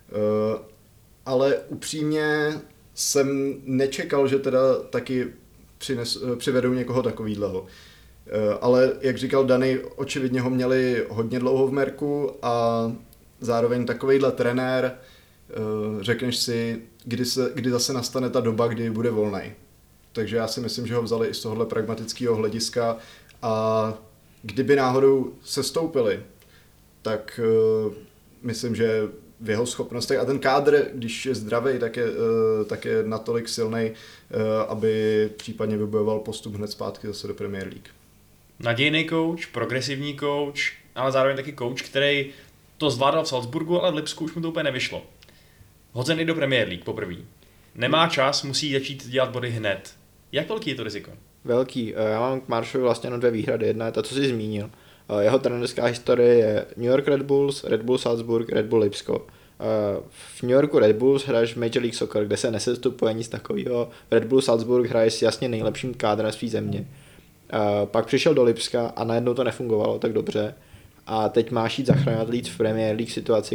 Speaker 4: Ale upřímně jsem nečekal, že teda taky přivedou někoho takovýhleho. Ale jak říkal Dany, očividně ho měli hodně dlouho v merku a zároveň takovejhle trenér, řekneš si, kdy zase nastane ta doba, kdy bude volnej. Takže já si myslím, že ho vzali i z tohohle pragmatického hlediska a kdyby náhodou sestoupili, tak myslím, že v jeho schopnostech a ten kádr, když je zdravý, tak je natolik silný, aby případně vybojoval postup hned zpátky zase do Premier League.
Speaker 2: Nadějný coach, progresivní coach, ale zároveň taky coach, který to zvládal v Salzburgu, ale v Lipsku už mu to úplně nevyšlo. Hozený do Premier League poprvé. Nemá čas, musí začít dělat body hned. Jak velký je to riziko?
Speaker 3: Velký. Já mám k Maršovi vlastně jenom 2 výhrady. Jedna je ta, co jsi zmínil. Jeho trenerská historie je New York Red Bulls, Red Bull Salzburg, Red Bull Lipsko. V New Yorku Red Bulls hraješ Major League Soccer, kde se nesestupuje nic takového. V Red Bull Salzburg hraješ s jasně nejlepším kádrem své země. Pak přišel do Lipska a najednou to nefungovalo tak dobře. A teď máš jít zachraňovat Leeds v Premier League situaci,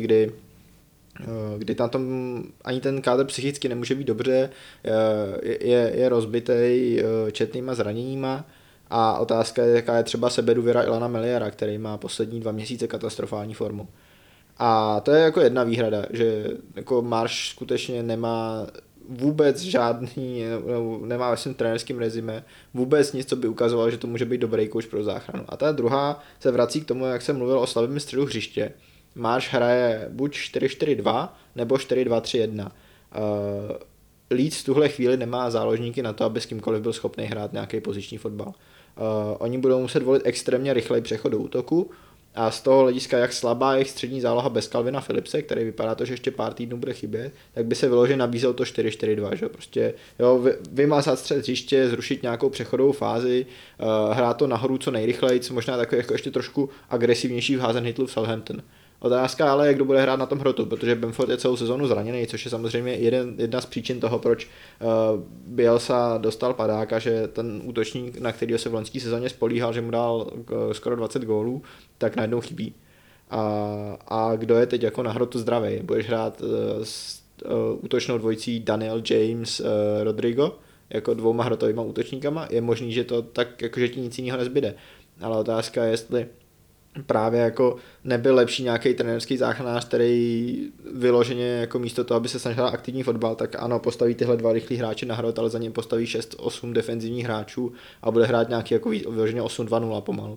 Speaker 3: kdy tam tom ani ten kádr psychicky nemůže být dobře, je rozbitej četnýma zraněníma a otázka je, jaká je třeba sebedůvěra Ilana Meliera, který má poslední 2 měsíce katastrofální formu. A to je jako jedna výhrada, že jako Marš skutečně nemá vůbec žádný, nemá ve svém trenérským rezime vůbec nic, co by ukazovalo, že to může být dobrý kouč pro záchranu. A ta druhá se vrací k tomu, jak jsem mluvil o slabém středu hřiště. Marš hraje buď 4-4-2 nebo 4-2-3-1. Leeds v tuhle chvíli nemá záložníky na to, aby s kýmkoliv byl schopný hrát nějaký poziční fotbal. Oni budou muset volit extrémně rychlej přechod do útoku a z toho hlediska, jak slabá je střední záloha bez Calvina Phillipse, který vypadá to, že ještě pár týdnů bude chybět, tak by se vyloženě nabízel to 4-4-2, že prostě jo, vymazat střed hřiště, zrušit nějakou přechodovou fázi, hrát to nahoru co nejrychleji, možná takový jako ještě trošku agresivnější v Hasenhüttlu v Southampton. Otázka ale je, kdo bude hrát na tom hrotu, protože Bamford je celou sezónu zraněný, což je samozřejmě jedna z příčin toho, proč Bielsa dostal padáka, že ten útočník, na kterého se v loňské sezóně spolíhal, že mu dal skoro 20 gólů, tak najednou chybí. A kdo je teď jako na hrotu zdravý? Budeš hrát s útočnou dvojicí Daniel James Rodrigo jako 2 hrotovýma útočníkama? Je možný, že to tak, jako, že ti nic jiného nezbyde. Ale otázka je, jestli právě jako nebyl lepší nějaký trenérský záchranář, který vyloženě jako místo toho, aby se snažil aktivní fotbal, tak ano, postaví tyhle 2 rychlí hráče na hrot, ale za ním postaví 6-8 defenzivních hráčů a bude hrát nějaký jako vyloženě 8-2-0 pomalu.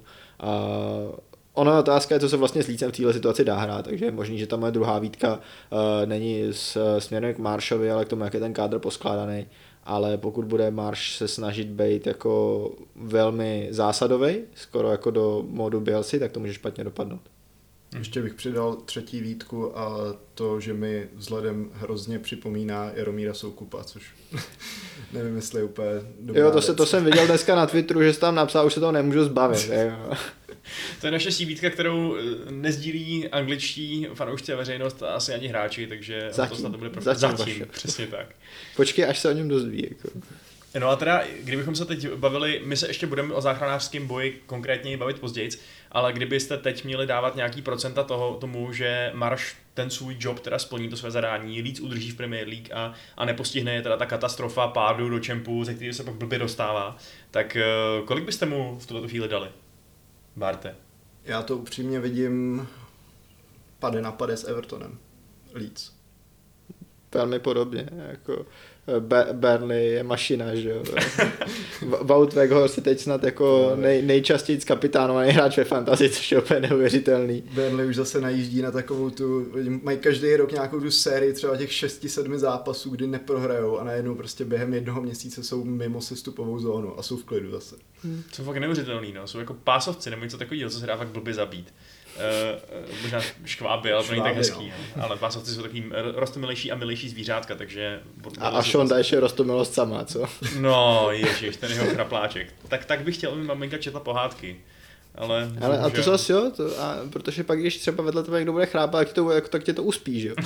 Speaker 3: Ona otázka je, co se vlastně s Leedsem v této situaci dá hrát, takže je možný, že ta moje druhá výtka není směrem k Maršovi, ale k tomu, jak je ten kádr poskládaný. Ale pokud bude Marš se snažit být jako velmi zásadový, skoro jako do módu Bielsy, tak to může špatně dopadnout.
Speaker 4: Ještě bych přidal 3. výtku a to, že mi vzhledem hrozně připomíná Jaromíra Soukupa, což nevím, jestli je úplně dobrá
Speaker 3: Jo,
Speaker 4: věc.
Speaker 3: to jsem viděl dneska na Twitteru, že jsi tam napsal, už se toho nemůžu zbavit.
Speaker 2: To je naše výtka, kterou nezdílí angličtí fanoušci a veřejnost a asi ani hráči, takže
Speaker 3: Zatím.
Speaker 2: to snad to bude
Speaker 3: Zatím,
Speaker 2: přesně tak.
Speaker 3: Počkej, až se o něm dozví. Jako.
Speaker 2: No a teda, kdybychom se teď bavili, my se ještě budeme o záchranářském boji konkrétně bavit později, ale kdybyste teď měli dávat nějaký procenta tomu, že Marš ten svůj job teda splní to své zadání, Leeds udrží v Premier League a nepostihne je teda ta katastrofa pádu do čempu, ze který se pak blbě dostává, tak kolik byste mu v tuto chvíli dali? Barte.
Speaker 4: Já to upřímně vidím pade na pade s Evertonem. Leeds.
Speaker 3: Velmi podobně, jako Burnley je mašina, že jo. Wout Weghorst je teď snad jako nejčastěji kapitánovaný hráč ve fantasy, což je úplně neuvěřitelný.
Speaker 4: Burnley už zase najíždí na takovou tu, mají každý rok nějakou tu sérii třeba těch 6-7 zápasů, kdy neprohrajou a najednou prostě během jednoho měsíce jsou mimo sestupovou zónu a jsou v klidu zase.
Speaker 2: Jsou fakt neuvěřitelný, no. Jsou jako pásovci, nebo něco takového, co se dá fakt blbě zabít. Možná škváby, ale to není tak hezký. No. Ale pásovci jsou takový rostomilejší a milejší zvířátka, takže...
Speaker 3: A Šonda ještě rostomilost sama, co?
Speaker 2: No, ježiš, ten jeho chrapláček. Tak bych chtěl, aby maminka četla pohádky. Ale
Speaker 3: a to zase jo, protože pak když třeba vedle tebe někdo bude chrápat, tak tě to uspí, že jo?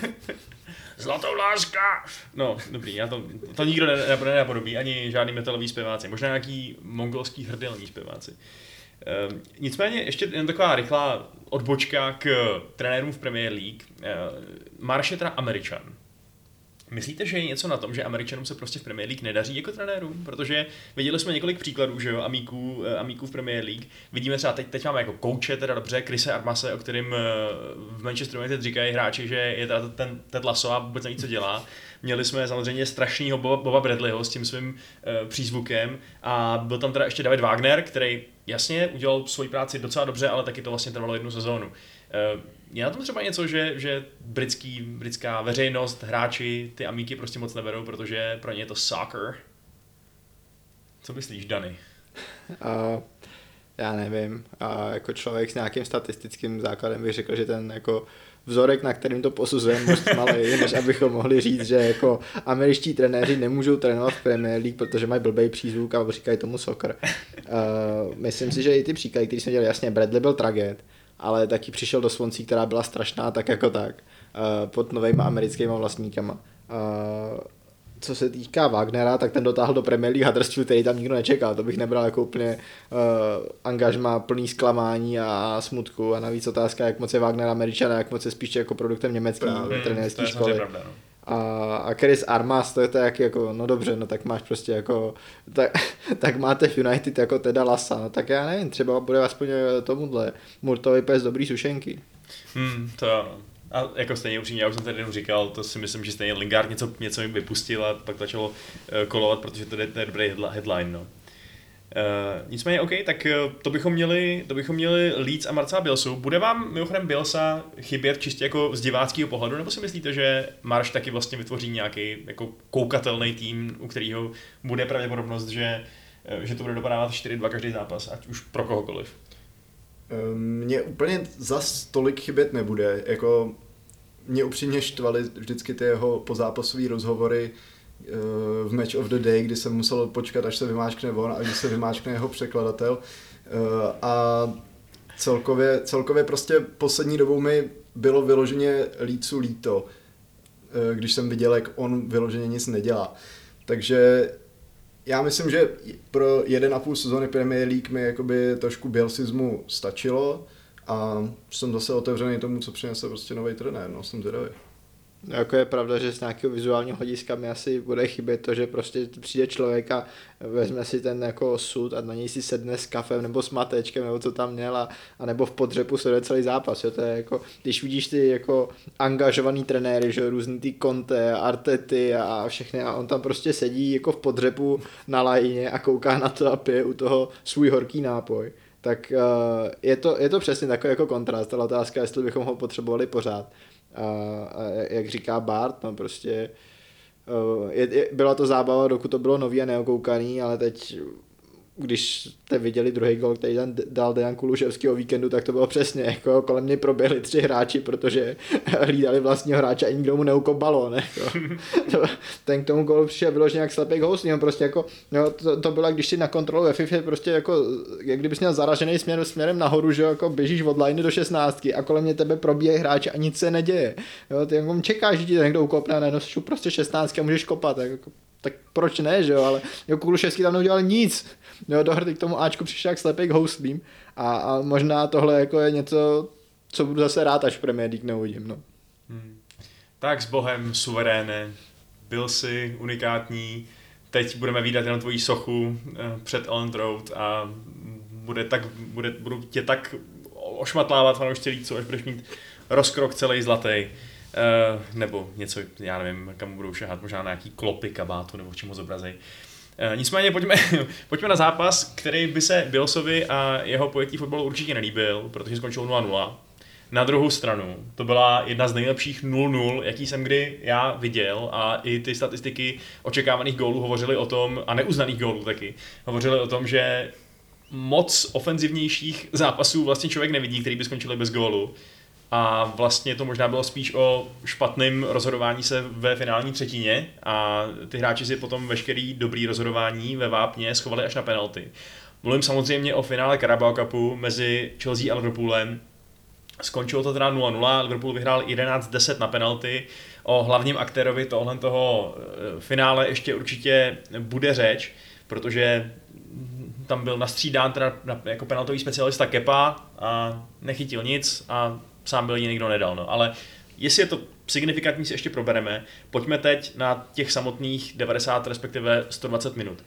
Speaker 2: Zlatou láska! No, dobrý, to nikdo nenapodobí, ani žádný metalový zpěváci, možná nějaký mongolský hrdelní zpěváci. Nicméně ještě jen taková rychlá odbočka k trenérům v Premier League. Marš je teda Američan. Myslíte, že je něco na tom, že Američanům se prostě v Premier League nedaří jako trenérům? Protože viděli jsme několik příkladů, že jo, amíků v Premier League. Vidíme třeba teď máme jako kouče, teda dobře, Chrise Armase, o kterým v Manchesteru United říkají hráči, že je teda ten Ted Lasso a vůbec neví, co dělá. Měli jsme samozřejmě strašnýho Boba Bradleyho s tím svým přízvukem a byl tam teda ještě David Wagner, který jasně udělal svoji práci docela dobře, ale taky to vlastně trvalo 1 sezónu. Je na tom třeba něco, že britská veřejnost, hráči ty amíky prostě moc neberou, protože pro ně je to soccer? Co myslíš, Dany?
Speaker 3: Já nevím. Jako člověk s nějakým statistickým základem bych řekl, že ten jako vzorek, na kterým to posuzujeme, moc malý, než abychom mohli říct, že jako američtí trenéři nemůžou trénovat v Premier League, protože mají blbej přízvuk a říkají tomu soccer. Myslím si, že i ty příklady, které jsme dělali, jasně, Bradley byl tragéd, ale taky přišel do Swansea, která byla strašná tak jako tak, pod novejma americkýma vlastníkama. Co se týká Wagnera, tak ten dotáhl do Premier League Huddersfield, který tam nikdo nečekal. To bych nebral jako úplně angažmá plný zklamání a smutku. A navíc otázka, jak moc je Wagner Američan a jak moc je spíš jako produktem německé trenérské školy.
Speaker 2: Pravda, no.
Speaker 3: A Chris Armas, to je tak jako, no dobře, no tak máš prostě jako, tak máte v United jako Teda Lassa, no tak já nevím, třeba bude aspoň tomuhle Murtovi pes dobrý sušenky.
Speaker 2: To ano. A jako stejně upřímně, já už jsem tady jenom říkal, to si myslím, že stejně Lingard něco jim vypustil a pak začalo kolovat, protože to je dobrý headline, no. Nicméně OK, tak to bychom měli Leeds a Marcela Bielsu. Bude vám mimochodem Bielsa chybět čistě jako z diváckého pohledu, nebo si myslíte, že Marš taky vlastně vytvoří nějaký jako koukatelný tým, u kterého bude pravděpodobnost, že to bude dopadávat 4-2 každý zápas, ať už pro kohokoliv?
Speaker 4: Mně úplně zas tolik chybět nebude, jako mě upřímně štvaly vždycky ty jeho pozápasové rozhovory v Match of the Day, kdy jsem musel počkat, až se vymáčkne on a když se vymáčkne jeho překladatel. A celkově prostě poslední dobou mi bylo vyloženě Leedsu líto, když jsem viděl, jak on vyloženě nic nedělá. Takže já myslím, že pro 1,5 sezóny Premier League mi jakoby trošku bielsismu stačilo a jsem zase otevřený tomu, co přinese prostě nový trenér, no, jsem zvědavý.
Speaker 3: Jako je pravda, že z nějakého vizuálního hlediska mi asi bude chybět to, že prostě přijde člověk a vezme si ten jako sud a na něj si sedne s kafem nebo s matečkem nebo co tam měl a nebo v podřepu sleduje celý zápas. Jo? To je jako, když vidíš ty jako angažovaný trenéry, že různý ty Conte, Artety a všechny a on tam prostě sedí jako v podřepu na lajně a kouká na to a pije u toho svůj horký nápoj. Tak je to přesně takový jako kontrast, ale otázka, jestli bychom ho potřebovali pořád. A jak říká Bart, no prostě byla to zábava, dokud to bylo nový a neokoukaný, ale teď, když jste viděli druhý gol, který tam dal Dejan Kuluševský o víkendu, tak to bylo přesně, jako kolem mě proběhli 3 hráči, protože hlídali vlastního hráče a nikdo mu neukop balón. Jako. Ten k tomu gólu přišel vyloženě jak slepý housný, on prostě jako, no, to bylo, když si na kontrolu ve FIFA prostě jako, jak kdybys měl zaražený směrem nahoru, že jako běžíš od liney do 16 a kolem mě tebe probíhají hráči a nic se neděje. Jo, ty jako čekáš, že ti to někdo ukopne a najednou jsi prostě 16 a můžeš kopat. Jako, tak proč ne, že jo, ale jo, Kukuševský tam neudělal nic. Jo, dohrdy k tomu Ačku přišel jak slepej k houslím a možná tohle jako je něco, co budu zase rád, až Premier League neuvidím, no.
Speaker 2: Tak s Bohem, suveréne, byl jsi unikátní, teď budeme vídat jenom tvoji sochu před Elland Road a budu tě tak ošmatlávat fanoušci Leedsu, až budeš mít rozkrok celý zlatý. Nebo něco, já nevím, kam budou šahat, možná na nějaký klopy kabátu nebo v čem ho zobrazej. Nicméně pojďme na zápas, který by se Bielsovi a jeho pojetí fotbalu určitě nelíbil, protože skončil 0-0. Na druhou stranu, to byla jedna z nejlepších 0-0, jaký jsem kdy já viděl, a i ty statistiky očekávaných gólů hovořily o tom, a neuznaných gólů taky, hovořily o tom, že moc ofenzivnějších zápasů vlastně člověk nevidí, který by skončili bez gólu. A vlastně to možná bylo spíš o špatném rozhodování se ve finální třetině a ty hráči si potom veškerý dobrý rozhodování ve vápně schovali až na penalty. Mluvím samozřejmě o finále Carabao Cupu mezi Chelsea a Liverpoolem. Skončilo to teda 0-0, Liverpool vyhrál 11-10 na penalty. O hlavním aktérovi toho finále ještě určitě bude řeč, protože tam byl nastřídán teda jako penaltový specialista Kepa a nechytil nic a sám byl jiný, kdo nedal. No. Ale jestli je to signifikantní, si ještě probereme. Pojďme teď na těch samotných 90, respektive 120 minut.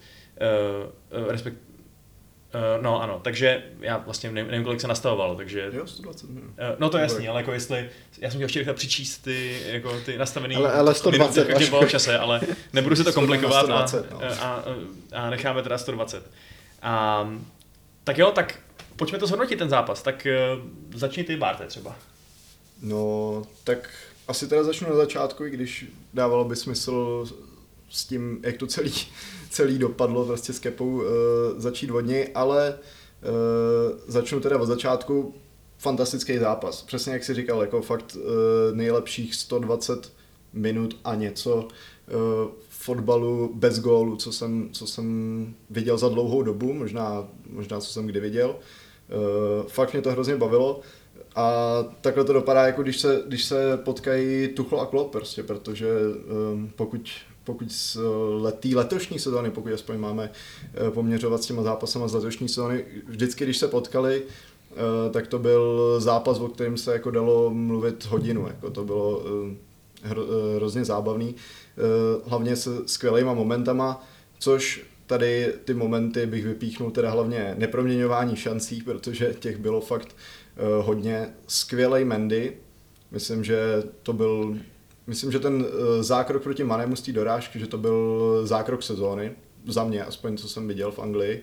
Speaker 2: No ano, takže já vlastně nevím, kolik se nastavovalo, takže...
Speaker 4: Jo, 120 minut.
Speaker 2: No to je jasný, ale jako jestli... Já jsem chtěl ještě rychle přičíst ty nastavený...
Speaker 3: Ale 120
Speaker 2: minut, v čase, ale nebudu si to komplikovat
Speaker 4: 120, no.
Speaker 2: a necháme teda 120. Tak jo, tak pojďme to zhodnotit ten zápas, tak začni ty, Barte, třeba.
Speaker 4: No, tak asi teda začnu na začátku, i když dávalo by smysl s tím, jak to celý dopadlo prostě s Kepou, začít od něj, ale začnu teda od začátku. Fantastický zápas, přesně jak jsi říkal, jako fakt nejlepších 120 minut a něco fotbalu bez gólu, co jsem viděl za dlouhou dobu, možná co jsem kdy viděl. Fakt mě to hrozně bavilo a takhle to dopadá, jako když se potkají Tuchel a Klopp prostě, protože pokud z letošní sezóny, pokud aspoň máme poměřovat s těma zápasama z letošní sezóny, vždycky, když se potkali, tak to byl zápas, o kterém se jako dalo mluvit hodinu, jako to bylo hrozně zábavný, hlavně se skvělýma momentama, což tady ty momenty bych vypíchnul teda hlavně neproměňování šancí, protože těch bylo fakt hodně. Skvělej Mendy, myslím, že ten zákrok proti Manému z té dorážky, že to byl zákrok sezóny, za mě, aspoň co jsem viděl v Anglii.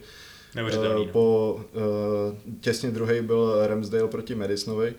Speaker 4: Těsně druhý byl Ramsdale proti Madisonovi.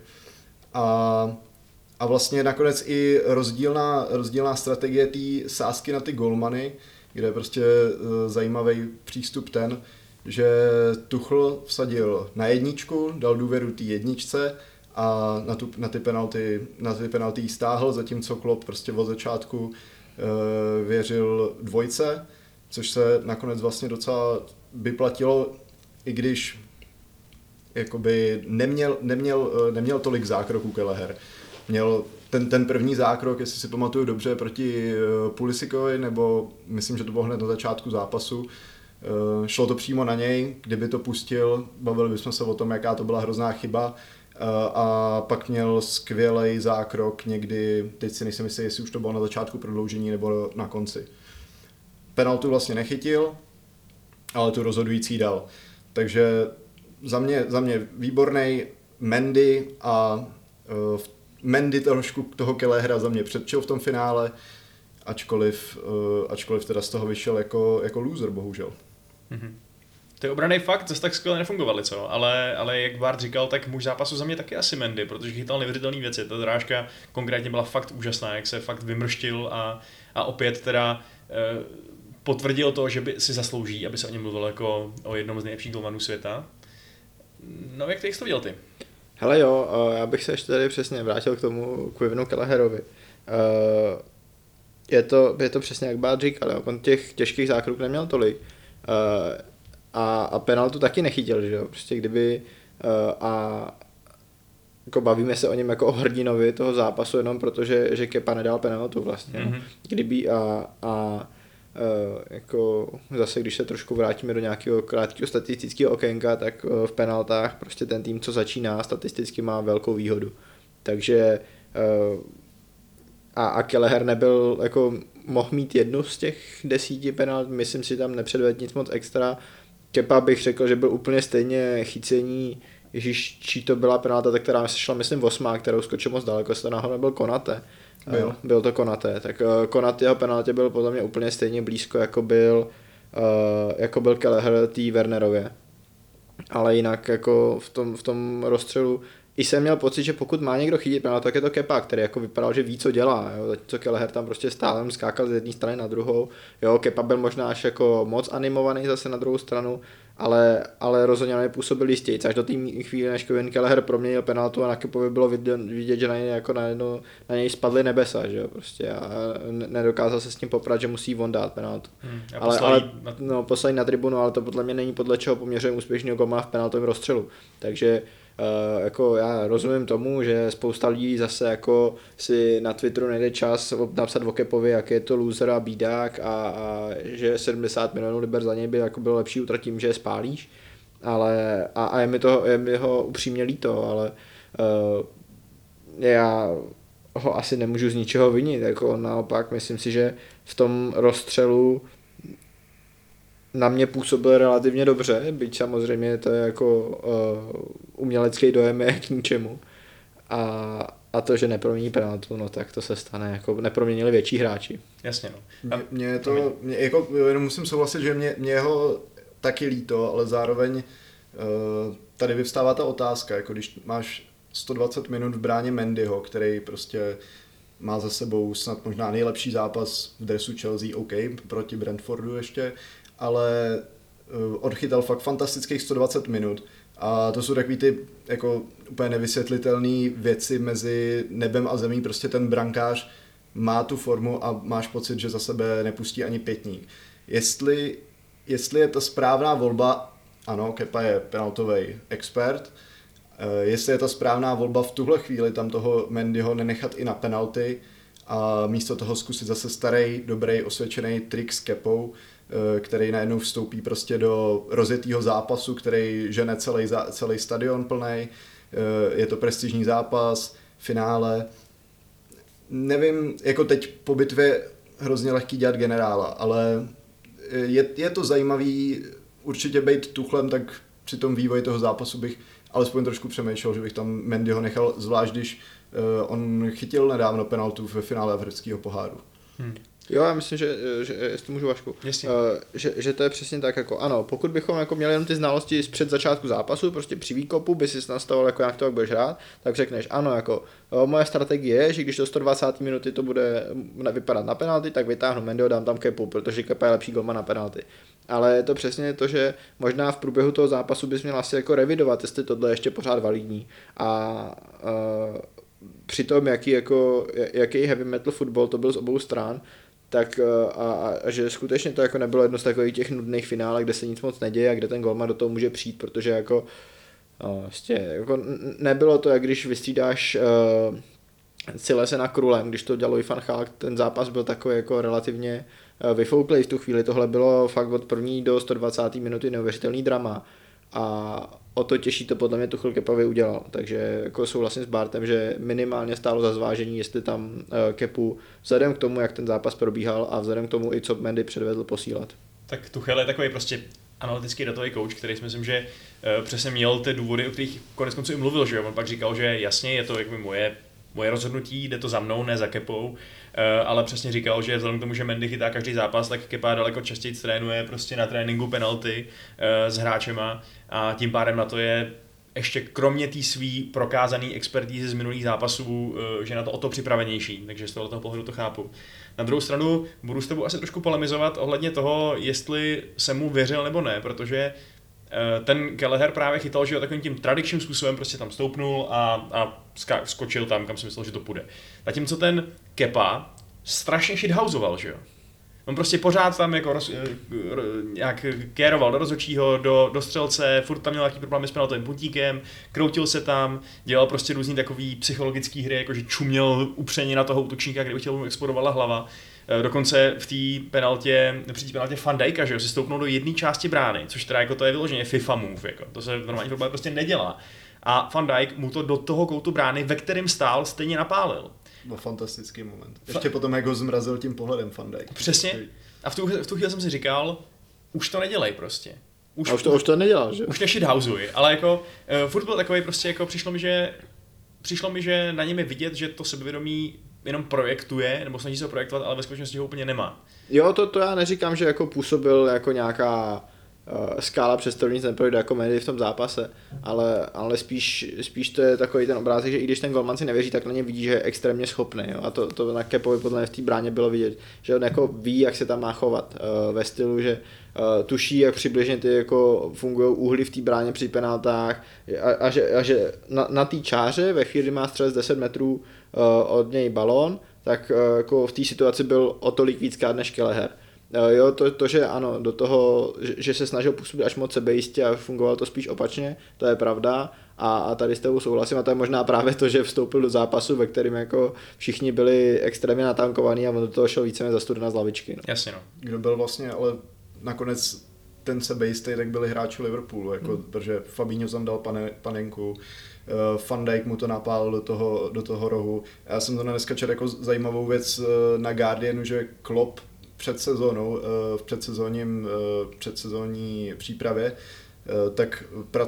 Speaker 4: A vlastně nakonec i rozdílná strategie té sázky na ty golmany, kde je prostě zajímavý přístup ten, že Tuchel vsadil na jedničku, dal důvěru té jedničce a na ty penalty stáhl, zatímco Klopp prostě od začátku věřil dvojce, což se nakonec vlastně docela vyplatilo, i když jakoby neměl tolik zákroků Kelleher. Měl ten první zákrok, jestli si pamatuju dobře, proti Pulisikovi, nebo myslím, že to bylo hned na začátku zápasu. Šlo to přímo na něj, kdyby to pustil, bavili bychom se o tom, jaká to byla hrozná chyba. A pak měl skvělej zákrok někdy, teď si nejsem jistý, jestli už to bylo na začátku prodloužení nebo na konci. Penaltu vlastně nechytil, ale tu rozhodující dal. Takže za mě výborný Mendy a Mendy trošku toho Kellehera za mě předčil v tom finále, ačkoliv teda z toho vyšel jako loser, bohužel.
Speaker 2: Mm-hmm. Ty obrany fakt zase tak skvěle nefungovaly, co? Ale jak Bart říkal, tak muž zápasu za mě taky asi Mendy, protože chytal neuvěřitelné věci. Ta drážka konkrétně byla fakt úžasná, jak se fakt vymrštil a opět teda potvrdil to, že by si zaslouží, aby se o něm mluvilo jako o jednom z nejlepších golmanů světa. No jak jsi to viděl ty?
Speaker 3: Hele jo, já bych se ještě tady přesně vrátil k Ivanu Kelleherovi. Je to přesně jak Bart říkal, jo? On těch těžkých zákroků neměl tolik. A penaltu taky nechytil, že jo, prostě kdyby jako bavíme se o něm jako o hrdinovi toho zápasu jenom protože že Kepa nedal penaltu vlastně, no. Kdyby jako zase, když se trošku vrátíme do nějakého krátkého statistického okénka, tak v penaltách prostě ten tým, co začíná, statisticky má velkou výhodu. Takže a Kelleher nebyl, jako mohl mít jednu z těch 10 penalt, myslím si tam nepředvedl nic moc extra. Kepa bych řekl, že byl úplně stejně chycení, ježíš, čí to byla penalta, tak která se šla, myslím, 8, kterou skočil moc daleko, jestli to náhodou nebyl Konaté. Byl to Konaté, tak Konatého penaltě byl podle mě úplně stejně blízko, jako byl Kelleher tý Wernerově. Ale jinak jako v tom rozstřelu i jsem měl pocit, že pokud má někdo chytit penaltu, tak je to Kepa, který jako vypadal, že ví, co dělá. Jo. Zatímco Kelleher tam prostě stále skákal z jedné strany na druhou. Jo, Kepa byl možná až jako moc animovaný zase na druhou stranu, ale rozhodně nepůsobil jistěji. Až do té chvíli, než Kevin Kelleher proměnil penaltu a na Kepovi bylo vidět, že na něj, jako na něj spadly nebesa, že jo, prostě a nedokázal se s tím poprat, že musí on dát penaltu. Poslali na tribunu, ale to podle mě není podle čeho poměřujeme úspěšného golmana v penaltovém rozstřelu. Takže jako já rozumím tomu, že spousta lidí zase jako si na Twitteru najde čas napsat o Kepovi, jak je to loser a bídák a že 70 milionů liber za něj by jako bylo lepší utratím, že je spálíš, ale a je mi ho upřímně líto, ale já ho asi nemůžu z ničeho vinit, jako naopak myslím si, že v tom rozstřelu na mě působil relativně dobře, byť samozřejmě to je jako umělecký dojem je k ničemu. A to, že nepromění penaltu, no tak to se stane, jako neproměnili větší hráči.
Speaker 2: Jasně, no.
Speaker 4: Mě jako, jenom musím souhlasit, že mě ho taky líto, ale zároveň tady vyvstává ta otázka, jako když máš 120 minut v bráně Mendyho, který prostě má za sebou snad možná nejlepší zápas v dresu Chelsea, OK, proti Brentfordu ještě, ale odchytal fakt fantastických 120 minut a to jsou takový ty jako úplně nevysvětlitelné věci mezi nebem a zemí, prostě ten brankář má tu formu a máš pocit, že za sebe nepustí ani pětník. Jestli je ta správná volba, ano, Kepa je penaltový expert, jestli je ta správná volba v tuhle chvíli tam toho Mendyho nenechat i na penalty a místo toho zkusit zase starý, dobrý, osvědčený trik s Kepou, který najednou vstoupí prostě do rozjetého zápasu, který žene celý stadion plnej, je to prestižní zápas, finále. Nevím, jako teď po bitvě hrozně lehký dělat generála, ale je to zajímavý určitě být Tuchlem, tak při tom vývoji toho zápasu bych alespoň trošku přemýšlel, že bych tam Mendyho nechal, zvlášť když on chytil nedávno penaltu ve finále Evropského poháru.
Speaker 3: Jo, já myslím, že jestli můžu, Vašku, že to je přesně tak, jako ano, pokud bychom jako měli jenom ty znalosti z před začátku zápasu, prostě při výkopu by si nastavoval, jako jak to jak budeš hrát, tak řekneš, ano, jako moje strategie je, že když do 120 minuty to bude vypadat na penalty, tak vytáhnu Mendyho, dám tam Kepu, protože Kepa je lepší golman na penalty. Ale je to přesně to, že možná v průběhu toho zápasu bys měl asi jako revidovat, jestli tohle je ještě pořád validní. A při tom, jaký heavy metal football to byl z obou stran, tak a že skutečně to jako nebylo jedno z takových těch nudných finálek, kde se nic moc neděje a kde ten golman do toho může přijít, protože jako, jako nebylo to, jak když vystřídáš Silese na Krulem, když to dělal Van Gaal, ten zápas byl takový jako relativně vyfouklej v tu chvíli, tohle bylo fakt od první do 120. minuty neuvěřitelný drama a o to těžší to podle mě Tuchel Kepovi udělal, takže jako souhlasím s Bartem, že minimálně stálo za zvážení, jestli tam Kepu vzhledem k tomu, jak ten zápas probíhal a vzhledem k tomu i co Mendy předvedl, posílat.
Speaker 2: Tak Tuchel je takový prostě analytický datový coach, který si myslím, že přesně měl ty důvody, o kterých konec konců i mluvil, že on pak říkal, že jasně je to jako moje rozhodnutí, jde to za mnou, ne za Kepou, ale přesně říkal, že vzhledem k tomu, že Mendy chytá každý zápas, tak Kepa daleko častěji trénuje prostě na tréninku penalty s hráčema a tím pádem na to je ještě kromě té svý prokázaný expertízy z minulých zápasů, že na to o to připravenější, takže z tohoto pohledu to chápu. Na druhou stranu budu s tebou asi trošku polemizovat ohledně toho, jestli jsem mu věřil nebo ne, protože ten Kelleher právě chytal, že jo, takovým tím tradičním způsobem prostě tam stoupnul a skočil tam, kam si myslel, že to půjde. Zatímco ten Kepa strašně shithousoval, že jo. On prostě pořád tam jako nějak kéroval do rozhodčího, do střelce, furt tam měl nějaký problémy s penaltovým puntíkem, kroutil se tam, dělal prostě různý takový psychologický hry, jakože čuměl upřeně na toho útočníka, kdyby chtěl mu explodovala hlava. Dokonce v té penaltě, při té penaltě Van Dijka, že jo, si stoupnou do jedné části brány, což teda jako to je vyloženě FIFA move, jako. To se v normální fotbale prostě nedělá. A Van Dijk mu to do toho koutu brány, ve kterém stál, stejně napálil.
Speaker 4: No fantastický moment. Ještě potom, jak ho zmrazil tím pohledem Van Dijk.
Speaker 2: Přesně. A v tu chvíli jsem si říkal, už to nedělej prostě.
Speaker 3: Už to nedělal, že?
Speaker 2: Už neshithousuj, ale jako furt byl takový prostě jako přišlo mi, že na něm je vidět, že to sebevědomí jenom projektuje, nebo snaží se ho projektovat, ale ve skutečnosti ho úplně nemá.
Speaker 3: Jo, to já neříkám, že jako působil jako nějaká skála, přes kterou nic neprojde jako médii v tom zápase, ale spíš to je takový ten obrázek, že i když ten golman si nevěří, tak na ně vidí, že je extrémně schopný. Jo? A to na Kepovi podle mě v té bráně bylo vidět, že on jako ví, jak se tam má chovat ve stylu, že tuší, jak přibližně ty jako fungují úhly v té bráně při penaltách a že na té čáře ve chvíli, kdy má střelec 10 metrů od něj balón, tak jako v té situaci byl o tolik víckrát než Kelleher. Jo, to, že ano, do toho, že se snažil působit až moc sebejistě a fungovalo to spíš opačně, to je pravda a tady s tebou souhlasím a to je možná právě to, že vstoupil do zápasu, ve kterém jako všichni byli extrémně natankovaní a on do toho šel víceméně za studena z lavičky. No.
Speaker 2: Jasně no.
Speaker 4: Kdo byl vlastně, ale nakonec ten sebejistý, tak byli hráči Liverpoolu, jako, protože Fabinho tam dal panenku, Van Dijk mu to napálil do toho rohu. Já jsem to dneska četl jako zajímavou věc na Guardianu, že Klopp před sezónou, v předsezónní přípravě, tak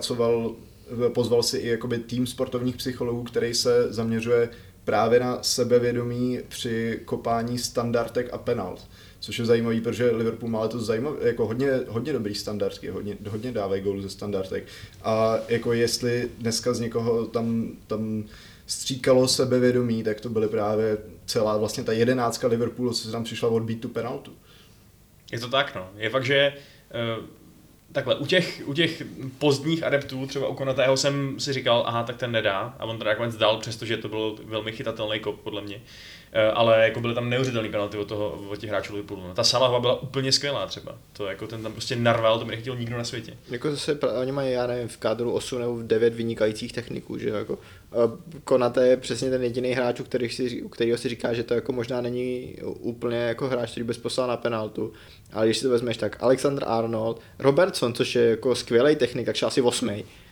Speaker 4: pozval si i jakoby tým sportovních psychologů, který se zaměřuje právě na sebevědomí při kopání standardek a penalt. Což je zajímavý, protože Liverpool má to zajímavé, jako hodně dobrý standardky, hodně dávají gólů ze standardek. A jako jestli dneska z někoho tam stříkalo sebevědomí, tak to byly právě celá vlastně ta 11 Liverpoolu, co se tam přišla odbít tu penaltu.
Speaker 2: Je to tak, no. Je fakt, že takhle, u těch pozdních adeptů, třeba u Konatého jsem si říkal, aha, tak ten nedá, a on to nakonec dal, přestože to byl velmi chytatelný kop, podle mě. Ale jako byly tam neuvěřitelné penalty od těch hráčů Liverpoolu. No, ta Salahova byla úplně skvělá třeba. To jako ten tam prostě narval, to by nechtěl nikdo na světě.
Speaker 3: Jako zase, oni mají, já nevím, v kádru 8 nebo 9 vynikajících techniků, že jako Konate je přesně ten jediný hráč, u kterého si říká, že to jako možná není úplně jako hráč, který bys poslal na penaltu, ale když si to vezmeš, tak Alexander Arnold, Robertson, což je jako skvělý technik, takže asi 8.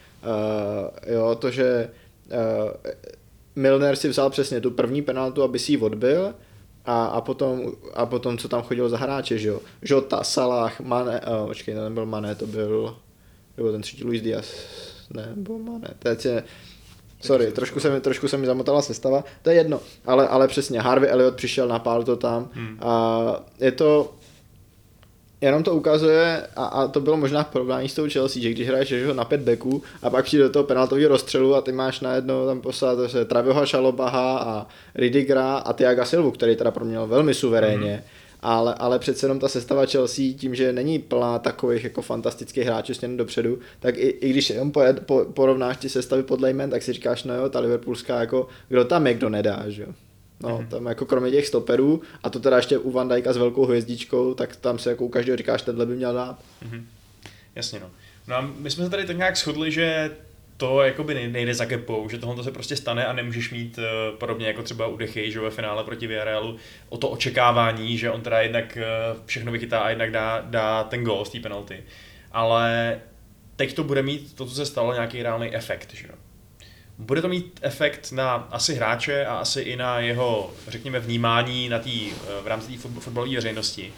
Speaker 3: Jo, to, že Milner si vzal přesně tu první penaltu, aby si ji odbil a potom co tam chodil za hráče, že jo. Jota, Salah, Mané, počkej, to nebyl Mané, to byl ten třetí Luis Díaz, ne, nebo Mané, sorry, trošku se mi zamotala sestava, to je jedno, ale přesně, Harvey Elliott přišel, napál to tam a je to, jenom to ukazuje, a to bylo možná v porovnání s tou Chelsea, že když hraješ na 5 backů a pak přijde do toho penaltového rozstřelu a ty máš najednou tam poslat Traviho Šalobaha a Rüdigera a Thiaga Silvu, který teda proměnil velmi suverénně, ale přece jenom ta sestava Chelsea tím, že není plná takových jako fantastických hráčů směrem dopředu, tak i když jenom porovnáš ty sestavy podle jmen, tak si říkáš, no jo, ta liverpoolská, jako kdo tam je, kdo nedá, že jo. No, tam jako kromě těch stoperů, a to teda ještě u Van Dijka s velkou hvězdičkou, tak tam se jako u každého říkáš, tenhle by měl dát.
Speaker 2: Jasně no. No a my jsme se tady tak nějak shodli, že to jakoby nejde za Kepou, že tohle se prostě stane a nemůžeš mít podobně jako třeba u Dechy, že ve finále proti Villarealu o to očekávání, že on teda jednak všechno vychytá a jednak dá ten gól z té penalty. Ale teď to bude mít, to, co se stalo, nějaký reálný efekt, že jo. Bude to mít efekt na asi hráče a asi i na jeho, řekněme, vnímání v rámci té fotbalové veřejnosti.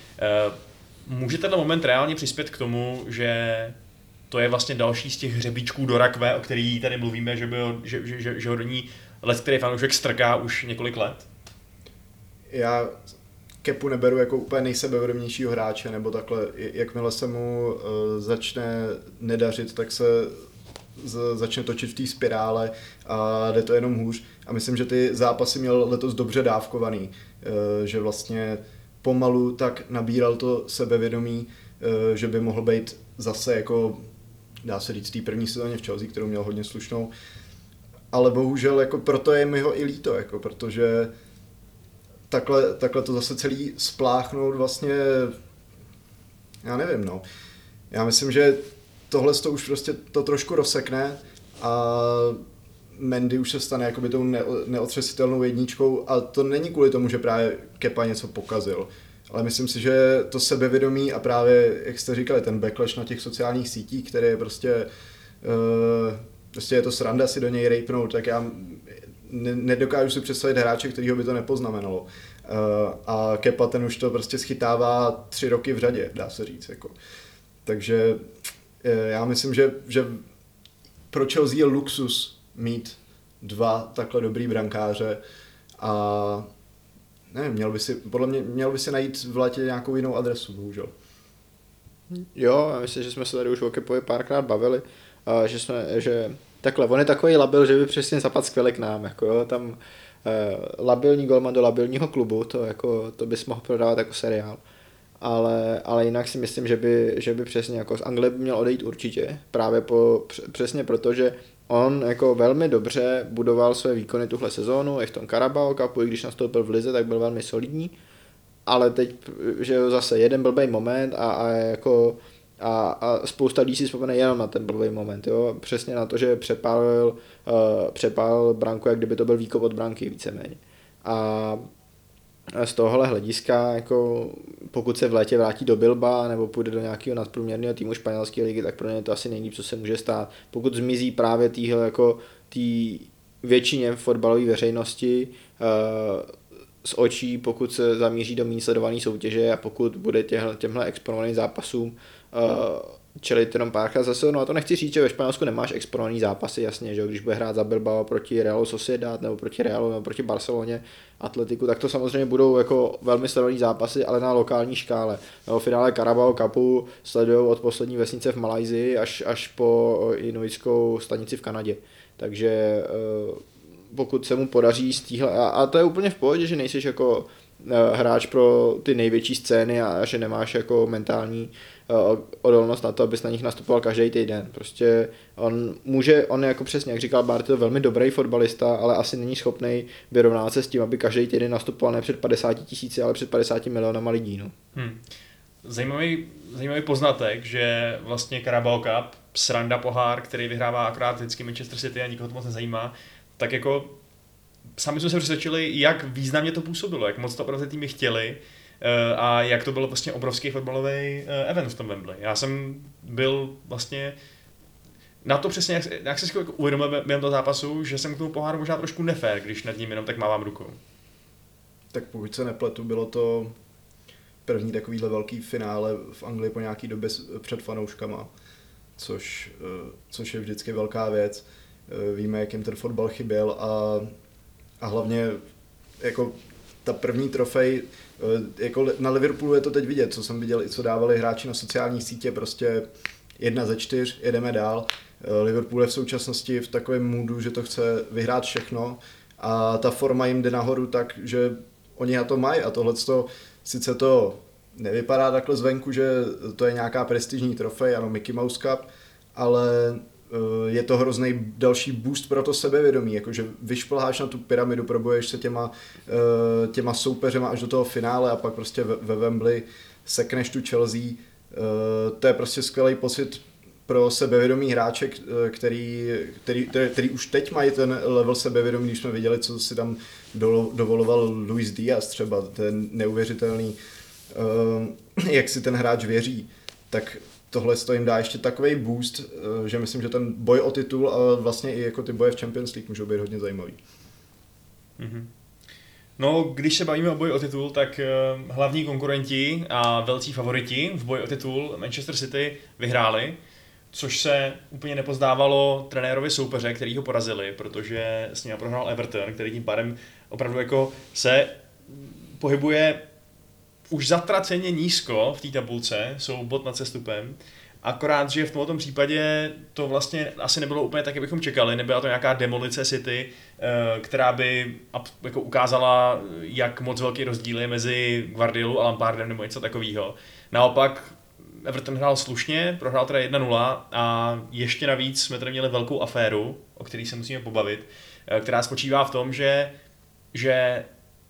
Speaker 2: Může tenhle moment reálně přispět k tomu, že to je vlastně další z těch hřebíčků do rakve, o který tady mluvíme, že ho do ní let, který fanoušek strká už několik let?
Speaker 4: Já Kepu neberu jako úplně nejsebevědomějšího hráče, nebo takhle, jakmile se mu začne nedařit, tak se začne točit v té spirále a jde to jenom hůř. A myslím, že ty zápasy měl letos dobře dávkovaný, že vlastně pomalu tak nabíral to sebevědomí, že by mohl být zase jako, dá se říct, té první sezóně v Chelsea, kterou měl hodně slušnou. Ale bohužel jako proto je mi ho i líto, jako, protože takhle to zase celý spláchnout vlastně, já nevím, no. Já myslím, že tohle to už prostě to trošku rozsekne a Mendy už se stane jakoby tou neotřesitelnou jedničkou a to není kvůli tomu, že právě Kepa něco pokazil. Ale myslím si, že to sebevědomí a právě, jak jste říkali, ten backlash na těch sociálních sítích, který je prostě je to sranda si do něj rejpnout, tak já nedokážu si představit hráče, kterýho by to nepoznamenalo. A Kepa ten už to prostě schytává 3 roky v řadě, dá se říct. Jako. Takže já myslím, že pro Chelsea je luxus mít 2 takhle dobrý brankáře a nevím, podle mě měl by si najít v létě nějakou jinou adresu, bohužel.
Speaker 3: Jo, já myslím, že jsme se tady už o Kepovi párkrát bavili, že takhle, on je takový labil, že by přesně zapadl skvěle k nám, jako jo, tam labilní golman do labilního klubu, to bys mohl prodávat jako seriál. Ale jinak si myslím, že by přesně jako z Anglie by měl odejít určitě, právě přesně proto, že on jako velmi dobře budoval své výkony tuhle sezónu, i v tom Carabao Cupu, i když nastoupil v lize, tak byl velmi solidní, ale teď, že zase jeden blbej moment a spousta lidí si vzpomene jenom na ten blbej moment, jo? Přesně na to, že přepálil branku, jak kdyby to byl výkop od branky víceméně. A z tohohle hlediska, jako pokud se v létě vrátí do Bilba nebo půjde do nějakého nadprůměrného týmu španělské ligy, tak pro ně to asi nejlíp, co se může stát. Pokud zmizí právě té většině fotbalové veřejnosti z očí, pokud se zamíří do méně sledované soutěže a pokud bude těmhle exponovaným zápasům čelit jenom párkrát za sezónu. A to nechci říct, že ve Španělsku nemáš exponovaný zápasy, jasně, že když bude hrát za Bilbao proti Realu Sociedad nebo proti Realu nebo proti Barceloně, Atletiku, tak to samozřejmě budou jako velmi sledovaný zápasy, ale na lokální škále. No, v finále Carabao Cupu sledují od poslední vesnice v Malajsii až po inuitskou stanici v Kanadě. Takže pokud se mu podaří z téhle, a to je úplně v pohodě, že nejsiš jako hráč pro ty největší scény a že nemáš jako mentální odolnost na to, abys na nich nastupoval každý týden. Prostě on jako přesně, jak říkal Bart, je velmi dobrý fotbalista, ale asi není schopný vyrovnat se s tím, aby každý týden nastupoval ne před 50 000, ale před 50 milionama lidí. No.
Speaker 2: Zajímavý poznatek, že vlastně Carabao Cup, sranda pohár, který vyhrává akorát vždycky Manchester City a nikoho to moc nezajímá, tak jako sami jsme se přesvědčili, jak významně to působilo, jak moc to opravdu týmy chtěli a jak to byl vlastně obrovský fotbalový event v tom Wembley. Já jsem byl vlastně na to přesně, jak se jako uvědomil během toho zápasu, že jsem k tomu poháru možná trošku nefér, když nad ním jenom tak mávám rukou.
Speaker 4: Tak pokud se nepletu, bylo to první takovýhle velký finále v Anglii po nějaký době před fanouškama, což je vždycky velká věc. Víme, jak jim ten fotbal chyběl a hlavně jako ta první trofej, jako na Liverpoolu je to teď vidět, co jsem viděl i co dávali hráči na sociální sítě, prostě 1 ze 4, jedeme dál. Liverpool je v současnosti v takovém moodu, že to chce vyhrát všechno a ta forma jim jde nahoru tak, že oni na to mají a tohleto, sice to nevypadá takhle zvenku, že to je nějaká prestižní trofej, ano, Mickey Mouse Cup, ale je to hrozný další boost pro to sebevědomí, jakože vyšplháš na tu pyramidu, probuješ se těma soupeřema až do toho finále a pak prostě ve Wembley sekneš tu Chelsea. To je prostě skvělý pocit pro sebevědomí hráče, který už teď mají ten level sebevědomí, když jsme viděli, co si tam dovoloval Luis Díaz třeba, ten neuvěřitelný, jak si ten hráč věří, tak tohle to jim dá ještě takový boost, že myslím, že ten boj o titul a vlastně i jako ty boje v Champions League můžou být hodně zajímavý.
Speaker 2: Mm-hmm. No, když se bavíme o boji o titul, tak hlavní konkurenti a velcí favoriti v boji o titul Manchester City vyhráli, což se úplně nepozdávalo trenérovi soupeře, který ho porazili, protože s ním prohrál Everton, který tím pádem opravdu jako se pohybuje už zatraceně nízko v té tabulce, jsou bod nad sestupem, akorát, že v tomto případě to vlastně asi nebylo úplně tak, jak bychom čekali, nebyla to nějaká demolice City, která by jako ukázala, jak moc velký rozdíl je mezi Guardiolou a Lampardem nebo něco takového. Naopak Everton hrál slušně, prohrál teda 1-0 a ještě navíc jsme tady měli velkou aféru, o které se musíme pobavit, která spočívá v tom, že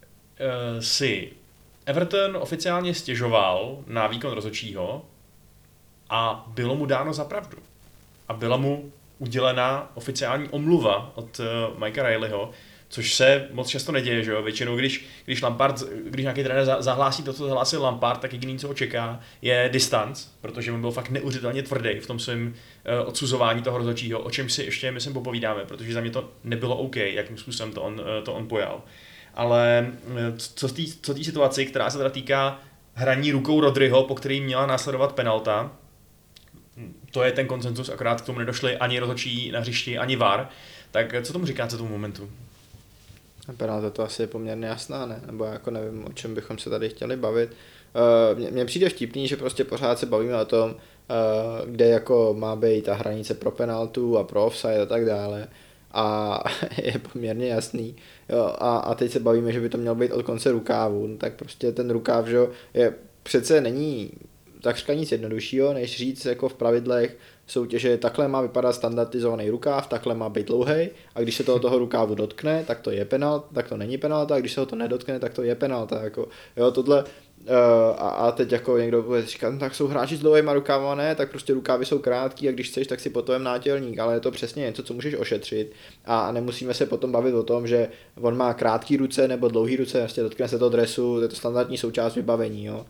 Speaker 2: si Everton oficiálně stěžoval na výkon rozhodčího a bylo mu dáno za pravdu. A byla mu udělena oficiální omluva od Mikea Rileyho, což se moc často neděje, že jo? Většinou, když nějaký trenér zahlásí to, co zahlásil Lampard, tak jediný, co ho čeká, je distanc, protože on byl fakt neuvěřitelně tvrdý v tom svém odsuzování toho rozhodčího, o čem si ještě, myslím, popovídáme, protože za mě to nebylo OK, jakým způsobem to on pojal. Ale co té situaci, která se teda týká hraní rukou Rodryho, po který měla následovat penalta, to je ten konsenzus, akorát k tomu nedošli ani rozhodčí na hřišti, ani VAR, tak co tomu říkáte tomu momentu?
Speaker 3: Penalta to asi je poměrně jasná, ne? Nebo jako nevím, o čem bychom se tady chtěli bavit. Mně přijde vtipný, že prostě pořád se bavíme o tom, kde jako má být ta hranice pro penaltu a pro offside a tak dále. A je poměrně jasný. Jo, a teď se bavíme, že by to mělo být od konce rukávu. No, tak prostě ten rukáv, že je přece není takřka nic jednoduššího, než říct jako v pravidlech soutěže, takhle má vypadat standardizovaný rukáv, takhle má být dlouhý, a když se toho rukávu dotkne, tak to je penalta, tak to není penalta, a když se ho to nedotkne, tak to je penalta. Jako, jo, tohle, a teď jako někdo bude říkat, no, tak jsou hráči s dlouhýma rukávama, ne, tak prostě rukávy jsou krátký a když chceš, tak si potovem nátělník, ale je to přesně něco, co můžeš ošetřit a nemusíme se potom bavit o tom, že on má krátký ruce nebo dlouhý ruce, vlastně dotkne se to dresu, je to standardní součást vybavení, jo.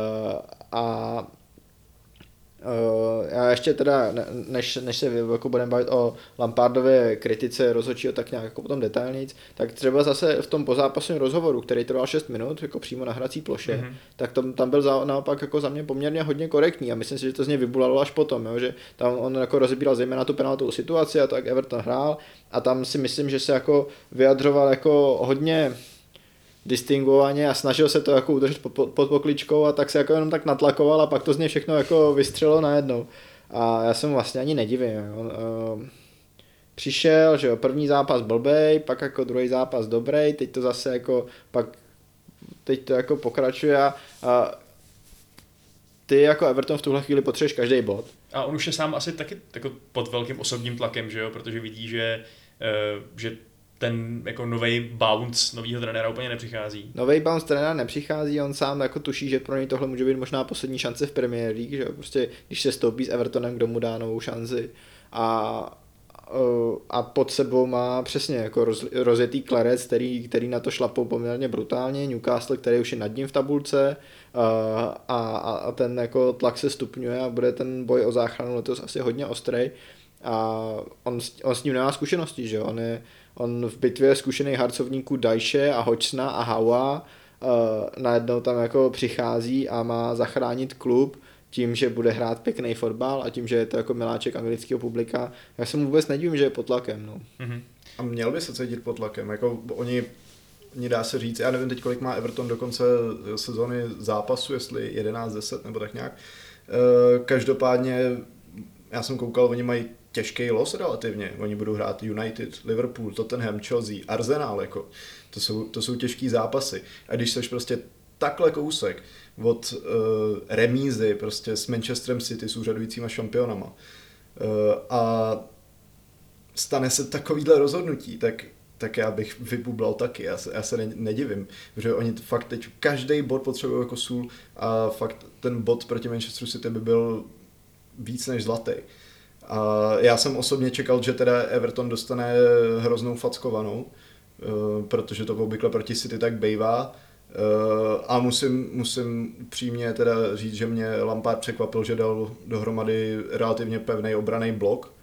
Speaker 3: Já ještě teda, než se jako budeme bavit o Lampardově kritice rozhodčího tak nějak jako potom detailnic, tak třeba zase v tom pozápasovém rozhovoru, který trval 6 minut, jako přímo na hrací ploše, tak tam byl naopak jako za mě poměrně hodně korektní a myslím si, že to z něj vybulalo až potom, jo, že tam on jako rozebíral zejména tu penaltovou situaci a tak Everton hrál a tam si myslím, že se jako vyjadřoval jako hodně distinguovaně a snažil se to jako udržet pod pokličkou a tak se jako jenom tak natlakoval a pak to z něj všechno jako vystřelilo najednou. A já se mu vlastně ani nedivím. On přišel, že jo, první zápas blbej, pak jako druhý zápas dobrý, teď to zase jako teď to jako pokračuje a ty jako Everton v tuhle chvíli potřebuješ každý bod.
Speaker 2: A on už je sám asi taky jako pod velkým osobním tlakem, že jo, protože vidí, že ten jako nový bounce novýho trenéra úplně nepřichází.
Speaker 3: Nový bounce trenéra nepřichází, on sám jako tuší, že pro něj tohle může být možná poslední šance v Premier League, že prostě když se stoupí s Evertonem, kdo mu dá novou šanci a pod sebou má přesně jako rozjetý Clarets, který na to šlapou poměrně brutálně, Newcastle, který už je nad ním v tabulce a ten jako tlak se stupňuje a bude ten boj o záchranu letos asi hodně ostrý a on s ním nemá zkušenosti, že on v bitvě zkušených harcovníků Dajše a Hodgsona a Howa najednou tam jako přichází a má zachránit klub tím, že bude hrát pěkný fotbal a tím, že je to jako miláček anglického publika. Já se mu vůbec nedivím, že je pod tlakem. No.
Speaker 2: Mm-hmm.
Speaker 4: A měl by se cítit pod tlakem. Jako oni dá se říct, já nevím teď, kolik má Everton do konce sezóny zápasu, jestli 11-10 nebo tak nějak. Každopádně já jsem koukal, oni mají těžký los relativně. Oni budou hrát United, Liverpool, Tottenham, Chelsea, Arsenal, jako. To jsou těžký zápasy. A když seš prostě takhle kousek od remízy prostě s Manchesterem City, s úřadujícíma šampionama a stane se takovýhle rozhodnutí, tak já bych vybublal taky. Já se nedivím, protože oni fakt teď každý bod potřebují jako sůl a fakt ten bod proti Manchesteru City by byl víc než zlatý. A já jsem osobně čekal, že teda Everton dostane hroznou fackovanou, protože to obvykle proti City tak bejvá. A musím přímě teda říct, že mě Lampard překvapil, že dal dohromady relativně pevný obranný blok,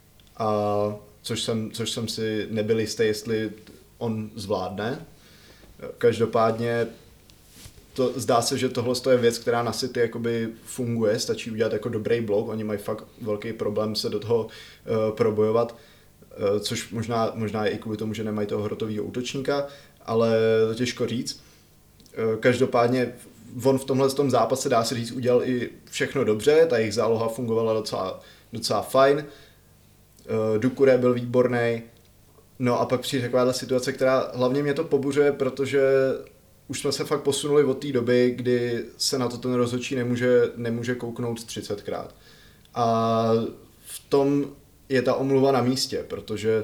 Speaker 4: a což jsem si nebyl jistý, jestli on zvládne. Každopádně zdá se, že tohle je věc, která na City jakoby funguje, stačí udělat jako dobrý blok, oni mají fakt velký problém se do toho probojovat, což možná je i kvůli tomu, že nemají toho hrotového útočníka, ale to těžko říct. Každopádně on v tomhle zápase, dá se říct, udělal i všechno dobře, ta jejich záloha fungovala docela fajn, Doucouré byl výborný, no a pak přijde takováhle situace, která hlavně mě to pobuřuje, protože už jsme se fakt posunuli od té doby, kdy se na to ten rozhodčí nemůže kouknout 30krát. A v tom je ta omluva na místě, protože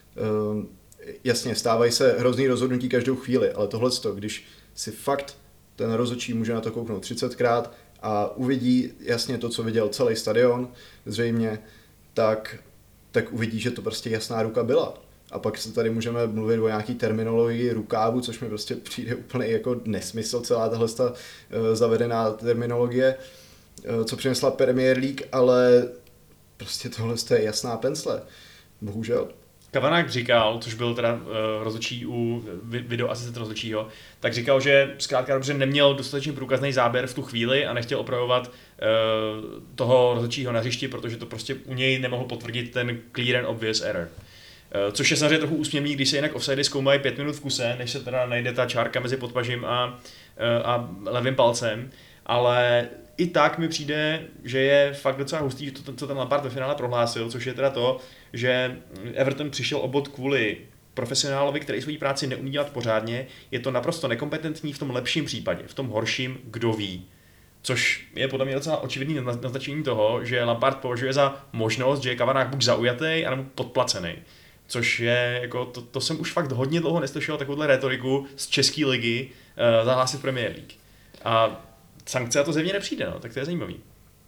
Speaker 4: jasně, stávají se hrozný rozhodnutí každou chvíli, ale tohleto, když si fakt ten rozhodčí může na to kouknout 30krát a uvidí jasně to, co viděl celý stadion, zřejmě, tak tak uvidí, že to prostě jasná ruka byla. A pak se tady můžeme mluvit o nějaký terminologii rukávu, což mi prostě přijde úplně jako nesmysl, celá tahle zavedená terminologie, co přinesla Premier League, ale prostě tohle je jasná pensle. Bohužel.
Speaker 2: Kavanák říkal, což byl teda rozhodčí u videoasistent rozhodčího, tak říkal, že zkrátka dobře neměl dostatečně průkazný záběr v tu chvíli a nechtěl opravovat toho rozhodčího na hřišti, protože to prostě u něj nemohl potvrdit ten clear and obvious error. Což je samozřejmě trochu úsměvný, když se jinak offsidy zkoumají 5 minut v kuse, než se teda najde ta čárka mezi podpažím a levým palcem, ale i tak mi přijde, že je fakt docela hustý, co ten Lampard ve finále prohlásil, což je teda to, že Everton přišel o bod kvůli profesionálovi, který svou práci neumí dělat pořádně, je to naprosto nekompetentní v tom lepším případě, v tom horším, kdo ví. Což je podle mě docela očividný naznačení toho, že Lampard považuje za možnost, že je Kavanák buď zaujatý, anebo podplacený. Což je, jako, to jsem už fakt hodně dlouho neslyšel takovouhle retoriku z české ligy zahlásit Premier League. A sankce a to zjevně nepřijde, no, tak to je zajímavý.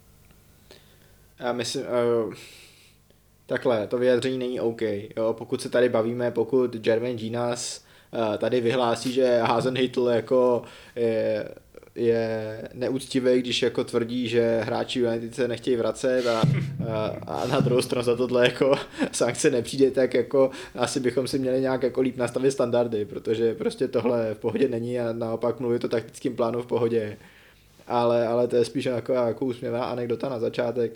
Speaker 3: Já myslím, takhle, to vyjádření není OK. Jo? Pokud se tady bavíme, pokud Jermaine Ginas tady vyhlásí, že Hasenhüttl jako je neúctivý, když jako tvrdí, že hráči United se nechtějí vracet a na druhou stranu za tohle jako sankce nepřijde, tak jako asi bychom si měli nějak jako líp nastavit standardy, protože prostě tohle v pohodě není a naopak mluvit o taktickém plánu v pohodě. Ale to je spíš jako úsměvná anekdota na začátek.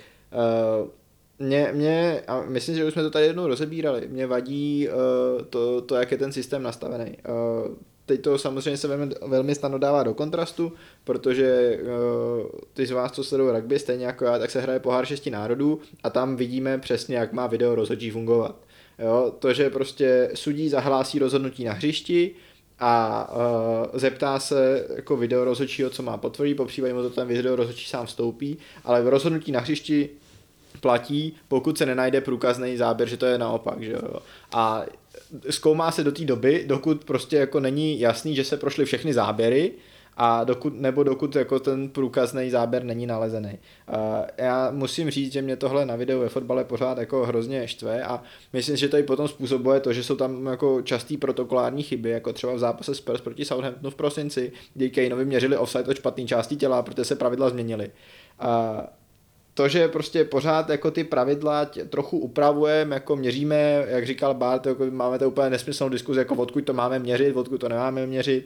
Speaker 3: Mě, a myslím, že už jsme to tady jednou rozebírali, mě vadí to, jak je ten systém nastavený. Teď to samozřejmě se velmi snadno dává do kontrastu, protože ty z vás, co sledují rugby, stejně jako já, tak se hraje pohár 6 národů a tam vidíme přesně, jak má video rozhodčí fungovat. Jo? To, že prostě sudí zahlásí rozhodnutí na hřišti a zeptá se jako video rozhodčího, co má potvrdit, popřípadě mu to ten video rozhodčí sám vstoupí, ale v rozhodnutí na hřišti platí, pokud se nenajde průkazný záběr, že to je naopak, že jo. A zkoumá se do té doby, dokud prostě jako není jasný, že se prošly všechny záběry a dokud jako ten průkazný záběr není nalezený. Já musím říct, že mě tohle na videu ve fotbale pořád jako hrozně štve a myslím, že to i potom způsobuje to, že jsou tam jako častý protokolární chyby, jako třeba v zápase Spurs proti Southamptonu v prosinci, kdy Kaneovi měřili offside od špatné části těla, protože se pravidla změnily. To, že prostě pořád jako ty pravidla trochu upravujeme, jako měříme, jak říkal Bart, jako máme to úplně nesmyslnou diskuzi, jako odkud to máme měřit, odkud to nemáme měřit.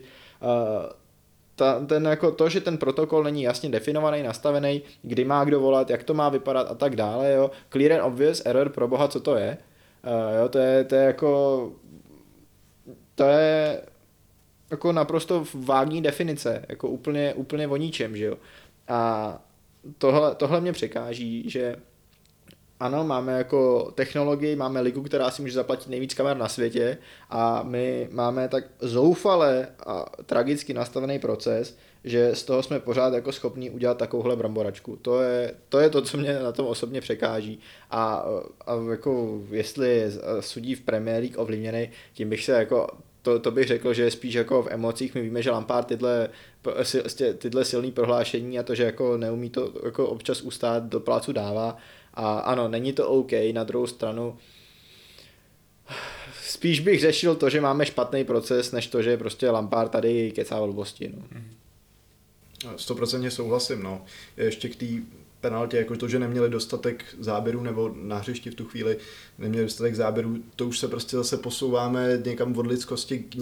Speaker 3: Jako to, že ten protokol není jasně definovaný, nastavený, kdy má kdo volat, jak to má vypadat a tak dále. Jo. Clear and obvious error, pro boha, co to je? Jo, to je jako naprosto vágní definice, jako úplně o ničem, že jo. A tohle mě překáží, že ano, máme jako technologii, máme ligu, která si může zaplatit nejvíc kamer na světě a my máme tak zoufale a tragicky nastavený proces, že z toho jsme pořád jako schopní udělat takovouhle bramboračku. To je to, co mě na tom osobně překáží a jako jestli sudí v Premier League ovlivněný, tím bych se jako to bych řekl, že je spíš jako v emocích. My víme, že Lampard tyhle silný prohlášení a to, že jako neumí to jako občas ustát, do plácu dává. A ano, není to OK, na druhou stranu spíš bych řešil to, že máme špatný proces, než to, že prostě Lampard tady kecá blbosti. No.
Speaker 4: 100% souhlasím, no. Ještě k té penaltě, jako to, že neměli dostatek záběrů nebo na hřišti v tu chvíli neměli dostatek záběrů, to už se prostě zase posouváme někam od lidskosti k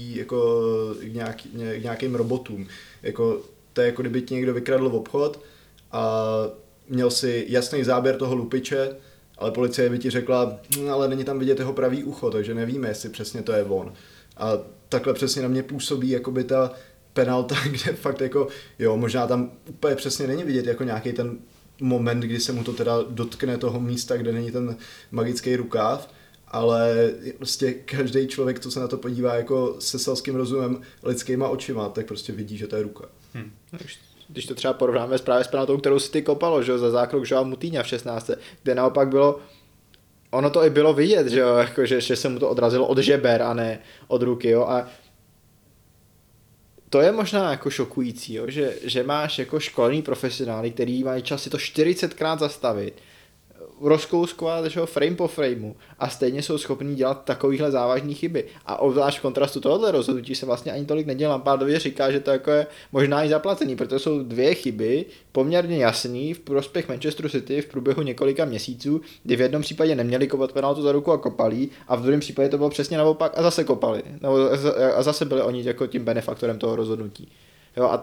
Speaker 4: nějakým robotům. Jako, to je jako kdyby ti někdo vykradl v obchod a měl si jasný záběr toho lupiče, ale policie by ti řekla, ale není tam vidět jeho pravý ucho, takže nevíme, jestli přesně to je on. A takhle přesně na mě působí jakoby ta penalta, kde fakt jako, jo, možná tam úplně přesně není vidět jako nějaký ten moment, kdy se mu to teda dotkne toho místa, kde není ten magický rukáv, ale prostě každý člověk, co se na to podívá jako se selským rozumem, lidskýma očima, tak prostě vidí, že to je ruka.
Speaker 3: Když to třeba porovnáme právě s penaltou, kterou si ty kopalo, že jo, za zákrok Joao Moutinha v 16. kde naopak bylo, ono to i bylo vidět, že jo, jako, že se mu to odrazilo od žeber a ne od ruky, jo, a to je možná jako šokující, jo? Že máš jako školený profesionály, který mají čas si to 40krát zastavit, rozkouskovat, že jo, frame po frameu a stejně jsou schopní dělat takovýhle závažné chyby. A obzvlášť v kontrastu tohohle rozhodnutí se vlastně ani tolik nedělá. Lampardově říká, že to jako je možná i zaplacený, protože jsou 2 chyby poměrně jasný v prospěch Manchesteru City v průběhu několika měsíců, kdy v jednom případě neměli kopat penaltu za ruku a kopali, a v druhém případě to bylo přesně naopak a zase kopali. A zase byli oni jako tím benefaktorem toho rozhodnutí. Jo, a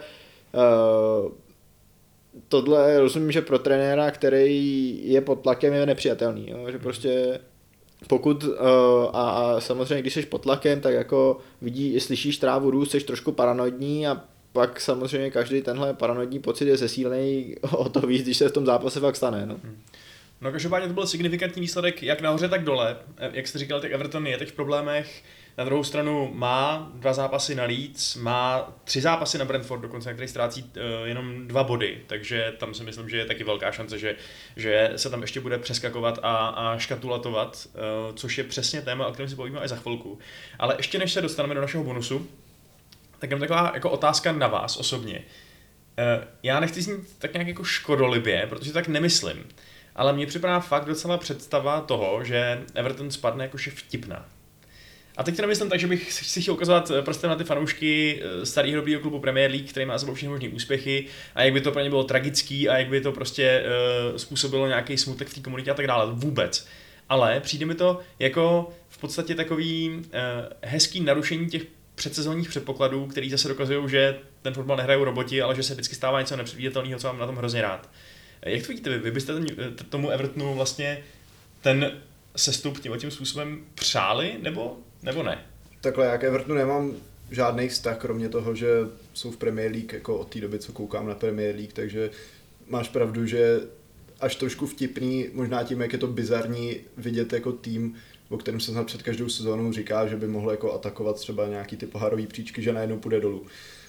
Speaker 3: tohle rozumím, že pro trenéra, který je pod tlakem, je nepřijatelný, jo? Že prostě pokud a samozřejmě když jsi pod tlakem, tak jako slyšíš trávu růst, jsi trošku paranoidní a pak samozřejmě každý tenhle paranoidní pocit je zesílený o to víc, když se v tom zápase fakt stane. No.
Speaker 2: No každopádně to byl signifikantní výsledek jak nahoře, tak dole. Jak jste říkal, tak Everton je teď v problémech. Na druhou stranu má 2 zápasy na Leeds, má 3 zápasy na Brentford dokonce, na který ztrácí jenom 2 body, takže tam si myslím, že je taky velká šance, že se tam ještě bude přeskakovat a škatulatovat, což je přesně téma, o kterém si povíme i za chvilku. Ale ještě než se dostaneme do našeho bonusu, tak mám taková jako otázka na vás osobně. Já nechci znít tak nějak jako škodolibě, protože tak nemyslím, ale mně připadá fakt docela představa toho, že Everton spadne jakože vtipná. A teď to nemyslím tak, že bych si chtěl ukazovat prstem na ty fanoušky starého dobrýho klubu Premier League, který má za sebou všechny možný úspěchy a jak by to pro ně bylo tragický a jak by to prostě způsobilo nějaký smutek v té komunitě a tak dále. Vůbec. Ale přijde mi to jako v podstatě takový hezký narušení těch předsezónních předpokladů, který zase dokazují, že ten fotbal nehrajou roboti, ale že se vždycky stává něco nepředvídatelného, co mám na tom hrozně rád. Jak to vidíte vy? Vy byste tomu Evertonu vlastně ten sestup tím způsobem přáli, nebo ne?
Speaker 4: Takhle, já k Evertonu nemám žádný vztah, kromě toho, že jsou v Premier League jako od té doby, co koukám na Premier League, takže máš pravdu, že až trošku vtipný, možná tím, jak je to bizarní vidět jako tým, o kterém se snad před každou sezónou říká, že by mohl jako atakovat třeba nějaký ty pohárový příčky, že najednou půjde dolů.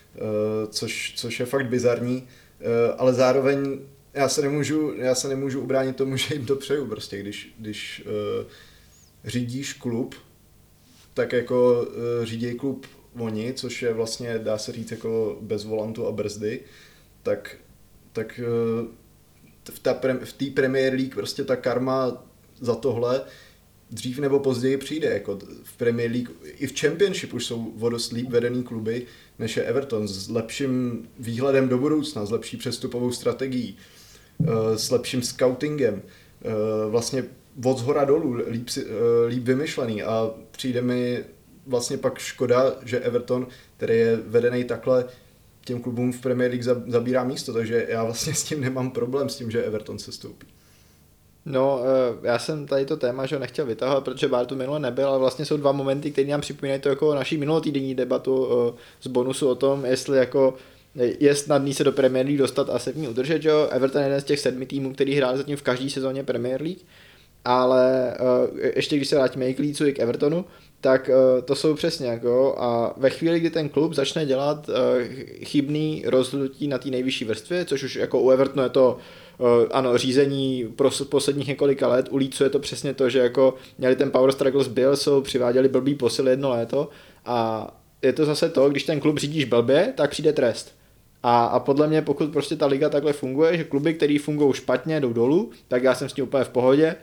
Speaker 4: Což je fakt bizarní, ale zároveň já se nemůžu ubránit tomu, že jim to přeju prostě, když řídíš klub, tak jako řídí klub oni, což je vlastně, dá se říct, jako bez volantu a brzdy, tak v té Premier League prostě ta karma za tohle dřív nebo později přijde. Jako v Premier League i v Championship už jsou o dost líp vedený kluby, než je Everton, s lepším výhledem do budoucna, s lepší přestupovou strategií, s lepším scoutingem, vlastně od zhora dolů, líp vymyšlený, a přijde mi vlastně pak škoda, že Everton, který je vedený takhle, těm klubům v Premier League zabírá místo, takže já vlastně s tím nemám problém, s tím, že Everton se stoupí.
Speaker 3: No, já jsem tady to téma, že nechtěl vytahovat, protože Bartu minule nebyl, ale vlastně jsou 2 momenty, které nám připomínají to jako naší minulotýdenní debatu z bonusu o tom, jestli jako je snadný se do Premier League dostat a se v ní udržet, jo. Everton je jeden z těch 7 týmů, který hráli zatím v každé sezóně Premier League, ale ještě když se vrátíme i k Leedsu, i k Evertonu, tak to jsou přesně jako, a ve chvíli, kdy ten klub začne dělat chybný rozhodnutí na té nejvyšší vrstvě, což už jako u Evertonu je to ano, řízení pro posledních několika let, u Leedsu je to přesně to, že jako měli ten power struggle s Bielsou, přiváděli blbý posily 1 léto, a je to zase to, když ten klub řídíš blbě, tak přijde trest. A podle mě, pokud prostě ta liga takhle funguje, že kluby, které fungují špatně, jdou dolů, tak já jsem s tím úplně v pohodě.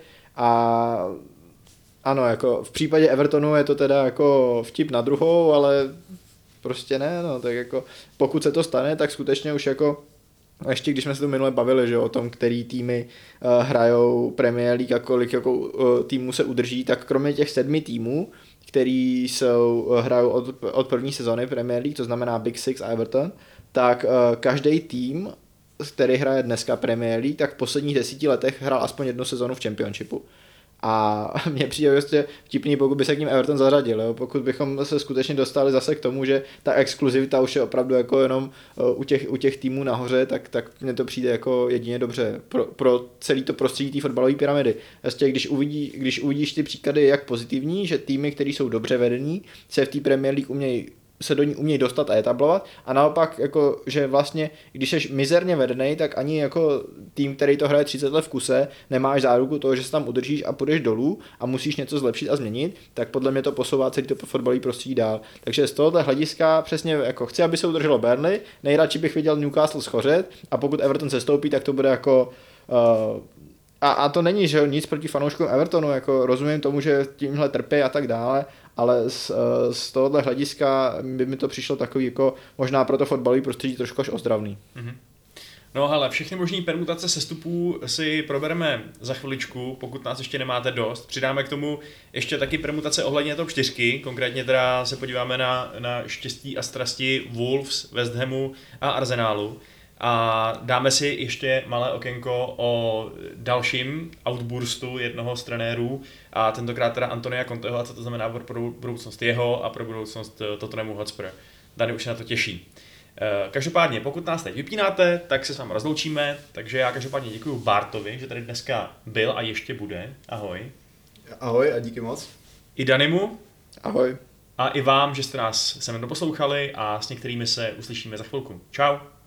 Speaker 3: A ano, jako v případě Evertonu je to teda jako vtip na druhou, ale prostě ne, no, tak jako pokud se to stane, tak skutečně už jako ještě když jsme se tu minule bavili, že o tom, který týmy hrajou Premier League a kolik jako týmů se udrží, tak kromě těch 7 týmů, který hrajou od první sezony Premier League, to znamená Big Six a Everton, tak každý tým, který hraje dneska Premier League, tak v posledních 10 letech hrál aspoň 1 sezonu v Championshipu. A mně přijde prostě vtipný, pokud by se k ním Everton zařadil, jo? Pokud bychom se skutečně dostali zase k tomu, že ta exkluzivita už je opravdu jako jenom u těch týmů nahoře, tak mně to přijde jako jedině dobře pro celý to prostředí té fotbalové pyramidy. Vlastně když uvidíš ty příklady jak pozitivní, že týmy, které jsou dobře vedení, se v té Premier League se do ní umějí dostat a etablovat, a naopak, jako, že vlastně, když jsi mizerně vedený, tak ani jako tým, který to hraje 30 let v kuse, nemáš záruku toho, že se tam udržíš a půjdeš dolů a musíš něco zlepšit a změnit, tak podle mě to posouvá celý to fotbalový prostředí dál. Takže z tohohle hlediska přesně jako chci, aby se udrželo Burnley, nejradši bych viděl Newcastle schořet, a pokud Everton se stoupí, tak to bude jako A to není, že nic proti fanouškům Evertonu, jako rozumím tomu, že tímhle trpí a tak dále, ale z tohohle hlediska by mi to přišlo takový jako možná pro to fotbalový prostředí trošku až ozdravný.
Speaker 2: Mhm. No hele, všechny možné permutace sestupů si probereme za chviličku, pokud nás ještě nemáte dost. Přidáme k tomu ještě taky permutace ohledně top 4, konkrétně teda se podíváme na štěstí a strasti Wolves, West Hamu a Arsenalu. A dáme si ještě malé okénko o dalším outburstu jednoho z trenérů a tentokrát teda Antonia Conteho a co to znamená pro budoucnost jeho a pro budoucnost Tottenhamu Hotspur. Dany už se na to těší. Každopádně, pokud nás teď vypínáte, tak se s vámi rozloučíme, takže já každopádně děkuji Bartovi, že tady dneska byl a ještě bude. Ahoj.
Speaker 4: Ahoj a díky moc.
Speaker 2: I Danimu.
Speaker 3: Ahoj.
Speaker 2: A i vám, že jste nás sem doposlouchali a s některými se uslyšíme za chvilku. Čau.